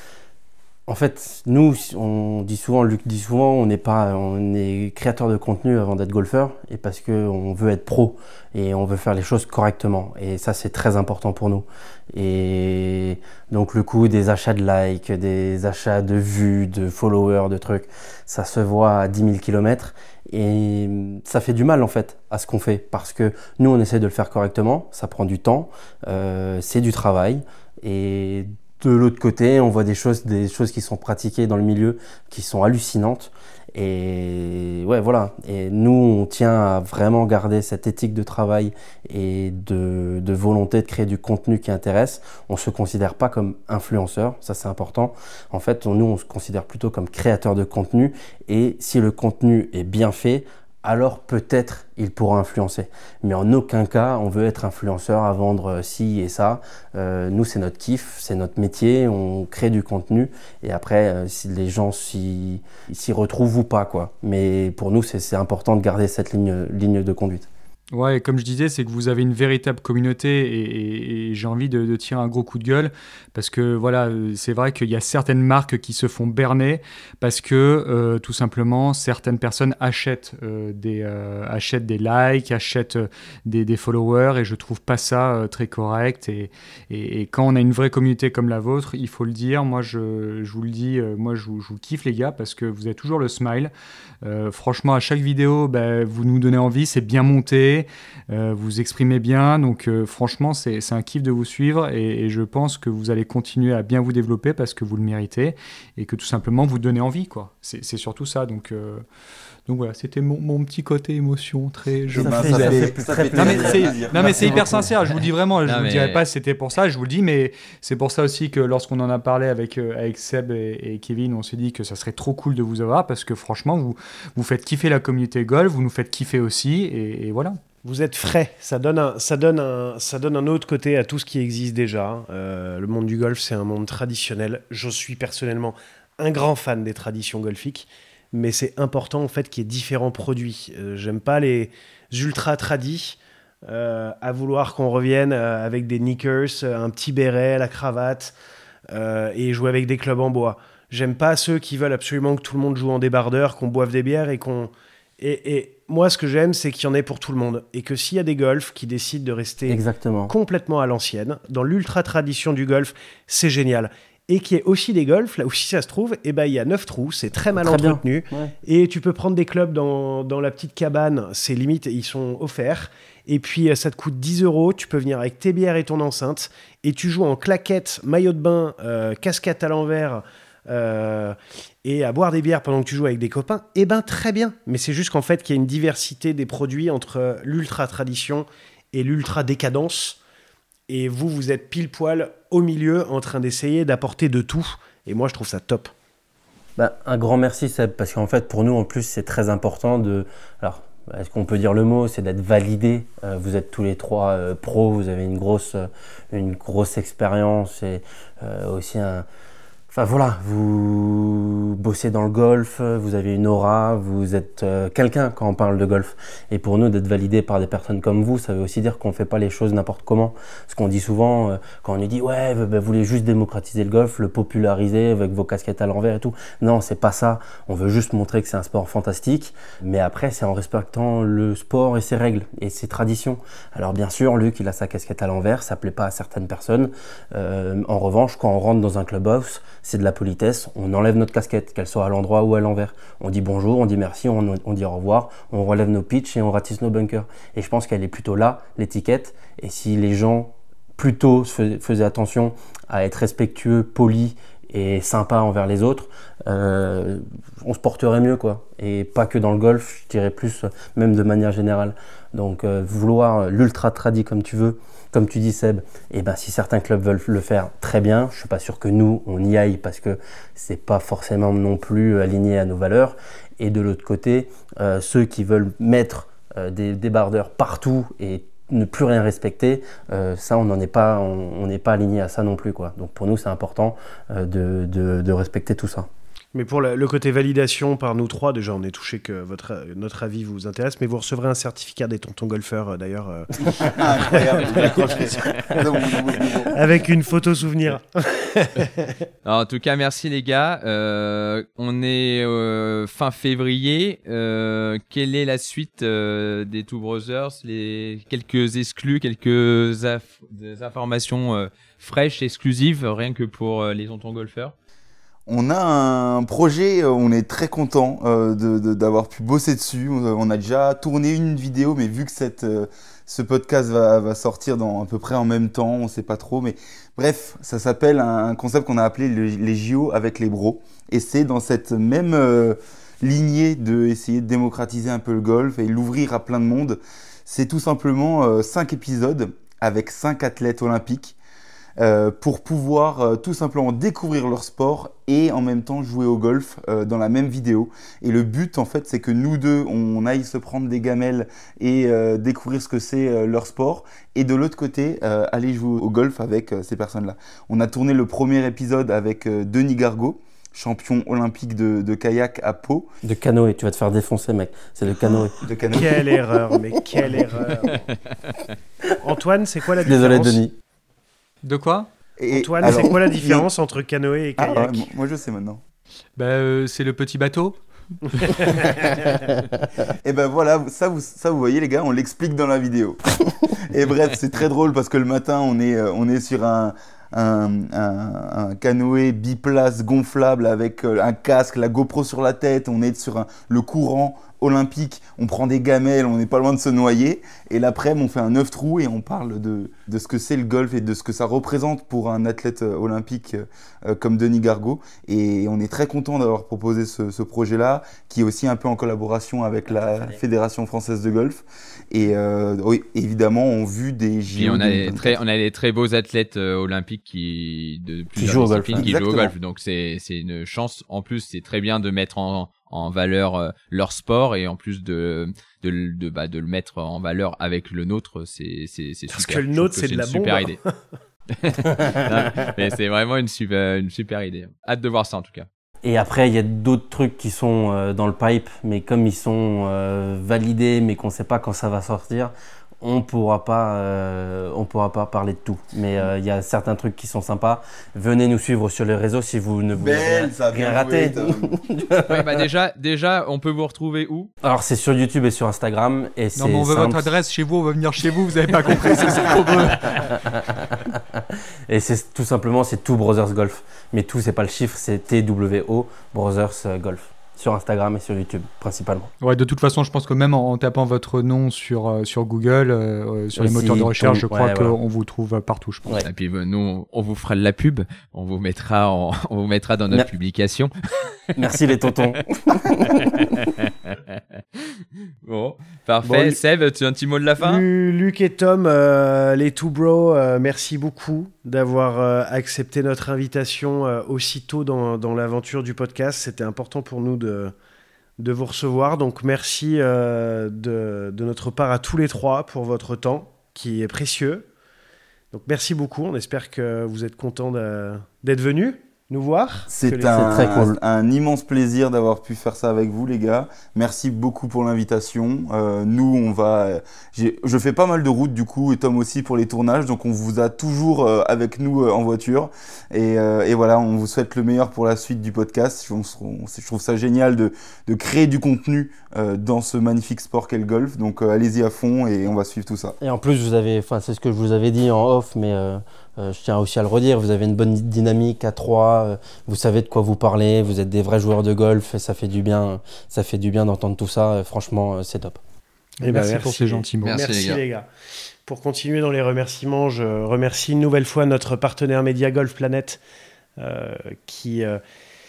en fait, nous, on dit souvent, Luc dit souvent, on n'est pas, on est créateur de contenu avant d'être golfeur, et parce que on veut être pro et on veut faire les choses correctement. Et ça, c'est très important pour nous. Et donc, le coût des achats de likes, des achats de vues, de followers, de trucs, ça se voit à dix mille kilomètres. Et ça fait du mal en fait à ce qu'on fait, parce que nous, on essaie de le faire correctement. Ça prend du temps, euh, c'est du travail, et de l'autre côté, on voit des choses, des choses qui sont pratiquées dans le milieu qui sont hallucinantes. Et ouais, voilà. Et nous, on tient à vraiment garder cette éthique de travail et de, de volonté de créer du contenu qui intéresse. On se considère pas comme influenceur, ça c'est important. En fait, on, nous, on se considère plutôt comme créateur de contenu. Et si le contenu est bien fait, alors peut-être il pourra influencer. Mais en aucun cas, on veut être influenceur à vendre ci et ça. Euh, nous, c'est notre kiff, c'est notre métier, on crée du contenu. Et après, euh, si les gens s'y, s'y retrouvent ou pas, quoi. Mais pour nous, c'est, c'est important de garder cette ligne, ligne de conduite. Ouais, et comme je disais, c'est que vous avez une véritable communauté et, et, et j'ai envie de, de tirer un gros coup de gueule parce que voilà, c'est vrai qu'il y a certaines marques qui se font berner parce que euh, tout simplement certaines personnes achètent, euh, des, euh, achètent des likes, achètent des, des followers, et je trouve pas ça euh, très correct. Et, et, et quand on a une vraie communauté comme la vôtre, il faut le dire, moi je, je vous le dis, euh, moi je, je vous kiffe les gars parce que vous avez toujours le smile. Euh, franchement, à chaque vidéo, bah, vous nous donnez envie, c'est bien monté. Euh, vous exprimez bien, donc euh, franchement c'est, c'est un kiff de vous suivre, et, et je pense que vous allez continuer à bien vous développer parce que vous le méritez et que tout simplement vous donnez envie, quoi. C'est, c'est surtout ça, donc, euh, donc voilà, c'était mon, mon petit côté émotion très... Je Ça me fait- faisais- ça fait- ça fait non mais plaisir. c'est, non, mais c'est hyper sincère, je vous le dis vraiment, je Non, vous le mais- dirai pas si c'était pour ça, je vous le dis, mais c'est pour ça aussi que lorsqu'on en a parlé avec, euh, avec Seb et, et Kevin, on s'est dit que ça serait trop cool de vous avoir parce que franchement vous, vous faites kiffer la communauté golf, vous nous faites kiffer aussi, et, et voilà. Vous êtes frais, ça donne, un, ça, donne un, ça donne un autre côté à tout ce qui existe déjà. Euh, le monde du golf, c'est un monde traditionnel. Je suis personnellement un grand fan des traditions golfiques, mais c'est important en fait qu'il y ait différents produits. Euh, j'aime pas les ultra tradis. euh, à vouloir qu'on revienne euh, avec des knickers, un petit béret, la cravate, euh, et jouer avec des clubs en bois. J'aime pas ceux qui veulent absolument que tout le monde joue en débardeur, qu'on boive des bières et qu'on... Et, et moi, ce que j'aime, c'est qu'il y en ait pour tout le monde. Et que s'il y a des golfs qui décident de rester Exactement. complètement à l'ancienne, dans l'ultra-tradition du golf, c'est génial. Et qu'il y ait aussi des golfs, là où si ça se trouve, eh ben, il y a neuf trous, c'est très mal Très entretenu. Ouais. Et tu peux prendre des clubs dans, dans la petite cabane, c'est limite, ils sont offerts. Et puis, ça te coûte dix euros, tu peux venir avec tes bières et ton enceinte. Et tu joues en claquettes, maillot de bain, euh, casquette à l'envers... Euh, et à boire des bières pendant que tu joues avec des copains, eh ben très bien. Mais c'est juste qu'en fait qu'il y a une diversité des produits entre l'ultra tradition et l'ultra décadence. Et vous, vous êtes pile poil au milieu en train d'essayer d'apporter de tout. Et moi, je trouve ça top. Bah, un grand merci Seb, parce qu'en fait pour nous en plus c'est très important de... Alors, est-ce qu'on peut dire le mot, c'est d'être validé. Euh, vous êtes tous les trois euh, pros, vous avez une grosse, euh, une grosse expérience et euh, aussi un... Enfin voilà, vous bossez dans le golf, vous avez une aura, vous êtes euh, quelqu'un quand on parle de golf. Et pour nous, d'être validé par des personnes comme vous, ça veut aussi dire qu'on ne fait pas les choses n'importe comment. Ce qu'on dit souvent, euh, quand on nous dit « Ouais, bah, vous voulez juste démocratiser le golf, le populariser avec vos casquettes à l'envers et tout. » Non, c'est pas ça. On veut juste montrer que c'est un sport fantastique. Mais après, c'est en respectant le sport et ses règles et ses traditions. Alors bien sûr, Luc, il a sa casquette à l'envers, ça ne plaît pas à certaines personnes. Euh, en revanche, quand on rentre dans un clubhouse, c'est de la politesse, on enlève notre casquette, qu'elle soit à l'endroit ou à l'envers. On dit bonjour, on dit merci, on, on dit au revoir, on relève nos pitchs et on ratisse nos bunkers. Et je pense qu'elle est plutôt là, l'étiquette. Et si les gens plutôt faisaient attention à être respectueux, polis et sympas envers les autres, euh, on se porterait mieux, quoi. Et pas que dans le golf, je dirais plus, même de manière générale. Donc euh, vouloir l'ultra tradi comme tu veux, comme tu dis Seb, et ben si certains clubs veulent le faire, très bien. Je suis pas sûr que nous on y aille parce que c'est pas forcément non plus aligné à nos valeurs. Et de l'autre côté, euh, ceux qui veulent mettre euh, des débardeurs partout et ne plus rien respecter, euh, ça on n'en est pas, on n'est pas aligné à ça non plus, quoi. Donc pour nous c'est important euh, de, de, de respecter tout ça. Mais pour le, le côté validation par nous trois, déjà on est touché que votre, notre avis vous intéresse, mais vous recevrez un certificat des tontons golfeurs euh, d'ailleurs. Euh... Incroyable, je l'accrocherai. Avec une photo souvenir. Alors, en tout cas, merci les gars. Euh, on est euh, fin février. Euh, quelle est la suite euh, des Two Brothers? Les quelques exclus, quelques aff- des informations euh, fraîches, exclusives, rien que pour euh, les tontons golfeurs. On a un projet, on est très content euh, de, de, d'avoir pu bosser dessus. On a déjà tourné une vidéo, mais vu que cette, euh, ce podcast va, va sortir dans à peu près en même temps, on ne sait pas trop. Mais bref, ça s'appelle un, un concept qu'on a appelé le, les J O avec les bros. Et c'est dans cette même euh, lignée d'essayer de démocratiser un peu le golf et l'ouvrir à plein de monde. C'est tout simplement euh, cinq épisodes avec cinq athlètes olympiques. Euh, pour pouvoir euh, tout simplement découvrir leur sport et en même temps jouer au golf euh, dans la même vidéo. Et le but en fait c'est que nous deux on aille se prendre des gamelles et euh, découvrir ce que c'est euh, leur sport et de l'autre côté euh, aller jouer au golf avec euh, ces personnes-là. On a tourné le premier épisode avec euh, Denis Gargaud, champion olympique de, de kayak à Pau. De canoë, tu vas te faire défoncer mec, c'est le canoë. De canoë. Quelle erreur, mais quelle erreur. Antoine, c'est quoi la différence? Désolé Denis. De quoi? Et Antoine, alors, c'est quoi la différence entre canoë et ah, kayak? ouais, moi je sais maintenant. Bah, euh, c'est le petit bateau. Et ben voilà, ça vous, ça vous voyez les gars, on l'explique dans la vidéo. Et bref, c'est très drôle parce que le matin, on est, on est sur un, un, un, un canoë biplace gonflable avec un casque, la GoPro sur la tête, on est sur un, le courant olympique, on prend des gamelles, on n'est pas loin de se noyer. Et l'après-midi, on fait un neuf trous et on parle de, de ce que c'est le golf et de ce que ça représente pour un athlète olympique euh, comme Denis Gargaud. Et on est très content d'avoir proposé ce, ce projet-là, qui est aussi un peu en collaboration avec la Fédération française de golf. Et euh, oui, évidemment, on a vu des J O. Puis on a des très, on a des très beaux athlètes euh, olympiques qui de plusieurs jouent au golf, disciplines qui exactement. jouent au golf. Donc c'est c'est une chance. En plus, c'est très bien de mettre en en valeur euh, leur sport et en plus de de de bah de le mettre en valeur avec le nôtre, c'est c'est c'est Parce super. que le Je trouve nôtre, c'est de une la super bombe. idée. Non, mais c'est vraiment une super une super idée. Hâte de voir ça en tout cas. Et après, il y a d'autres trucs qui sont euh, dans le pipe, mais comme ils sont euh, validés, mais qu'on ne sait pas quand ça va sortir, on pourra pas, euh, on pourra pas parler de tout. Mais il euh, y a certains trucs qui sont sympas. Venez nous suivre sur les réseaux si vous ne voulez Belle, rien, ça, rien bien rater. joué, Ouais, bah déjà, déjà, on peut vous retrouver où? Alors c'est sur YouTube et sur Instagram et Non, c'est mais on veut simple. votre adresse chez vous, on veut venir chez vous, vous avez pas compris, c'est ça qu'on veut. Et c'est tout simplement c'est Two Brothers Golf. Mais tout c'est pas le chiffre, c'est T W O Brothers Golf. Sur Instagram et sur YouTube principalement. Ouais, de toute façon, je pense que même en, en tapant votre nom sur, euh, sur Google, euh, sur les Aussi, moteurs de recherche, tout- je crois ouais, qu'on voilà. vous trouve partout, je pense. Ouais. Et puis euh, nous, on vous fera de la pub. On vous mettra, en, on vous mettra dans notre Mais- publication. Merci les tontons. Bon, parfait. Bon, Seb, tu as un petit mot de la fin? Lu- Luc et Tom, euh, les two bros, euh, merci beaucoup d'avoir euh, accepté notre invitation euh, aussitôt dans, dans l'aventure du podcast. C'était important pour nous de, de vous recevoir. Donc merci euh, de, de notre part à tous les trois pour votre temps qui est précieux. Donc merci beaucoup. On espère que vous êtes contents de- d'être venus nous voir. C'est Que les- un, C'est très cool. un immense plaisir d'avoir pu faire ça avec vous, les gars. Merci beaucoup pour l'invitation. Euh, nous, on va. j'ai- Je fais pas mal de routes du coup, et Tom aussi pour les tournages, donc on vous a toujours euh, avec nous euh, en voiture. Et, euh, et voilà, on vous souhaite le meilleur pour la suite du podcast. Je, on se- on- je trouve ça génial de, de créer du contenu euh, dans ce magnifique sport qu'est le golf. Donc euh, allez-y à fond et on va suivre tout ça. Et en plus, vous avez, enfin, c'est ce que je vous avais dit en off, mais euh, euh, je tiens aussi à le redire. Vous avez une bonne dynamique à trois. euh, vous savez de quoi vous parlez. Vous êtes des vrais joueurs de golf et ça fait du bien. Ça fait du bien d'entendre tout ça. euh, franchement, euh, c'est top. Eh ben, merci, pour ces gentils mots. Merci, Merci, les gars. les gars. Pour continuer dans les remerciements, je remercie une nouvelle fois notre partenaire média Golf Planet euh, qui, euh,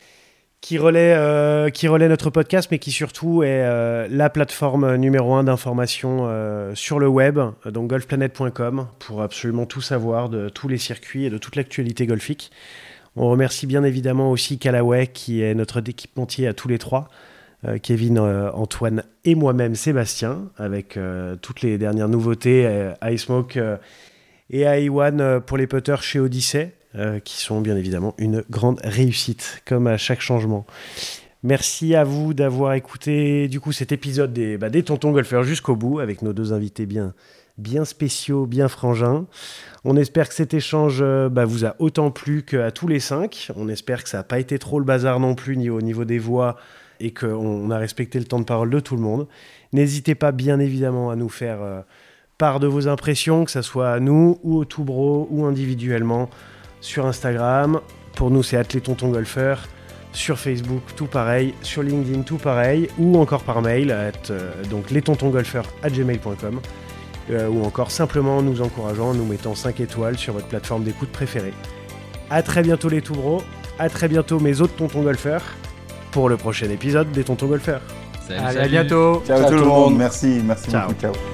qui, relaie, euh, qui relaie notre podcast, mais qui surtout est euh, la plateforme numéro un d'information euh, sur le web, donc golf planet point com, pour absolument tout savoir de tous les circuits et de toute l'actualité golfique. On remercie bien évidemment aussi Callaway, qui est notre équipementier à tous les trois. Euh, Kevin, euh, Antoine et moi-même Sébastien, avec euh, toutes les dernières nouveautés, euh, iSmoke euh, et I one euh, pour les putters chez Odyssey, euh, qui sont bien évidemment une grande réussite, comme à chaque changement. Merci à vous d'avoir écouté du coup cet épisode des, bah, des Tontons Golfeurs jusqu'au bout, avec nos deux invités bien, bien spéciaux, bien frangins. On espère que cet échange euh, bah, vous a autant plu qu'à tous les cinq. On espère que ça n'a pas été trop le bazar non plus ni au niveau des voix, et qu'on a respecté le temps de parole de tout le monde. N'hésitez pas bien évidemment à nous faire euh, part de vos impressions, que ce soit à nous ou au Two Bro ou individuellement sur Instagram. Pour nous, c'est arobase les tontons golfeurs. Sur Facebook, tout pareil. Sur LinkedIn, tout pareil. Ou encore par mail, at, euh, donc lestonsonsgolfeurs arobase gmail point com. Euh, ou encore simplement en nous encourageant, en nous mettant cinq étoiles sur votre plateforme d'écoute préférée. À très bientôt les Two Bro. À très bientôt mes autres tontons golfeurs, pour le prochain épisode des Tontons Golfeurs. Salut, Allez, à salut. bientôt. Ciao, Ciao tout tout le le monde. monde. Merci, merci Ciao. beaucoup. Ciao.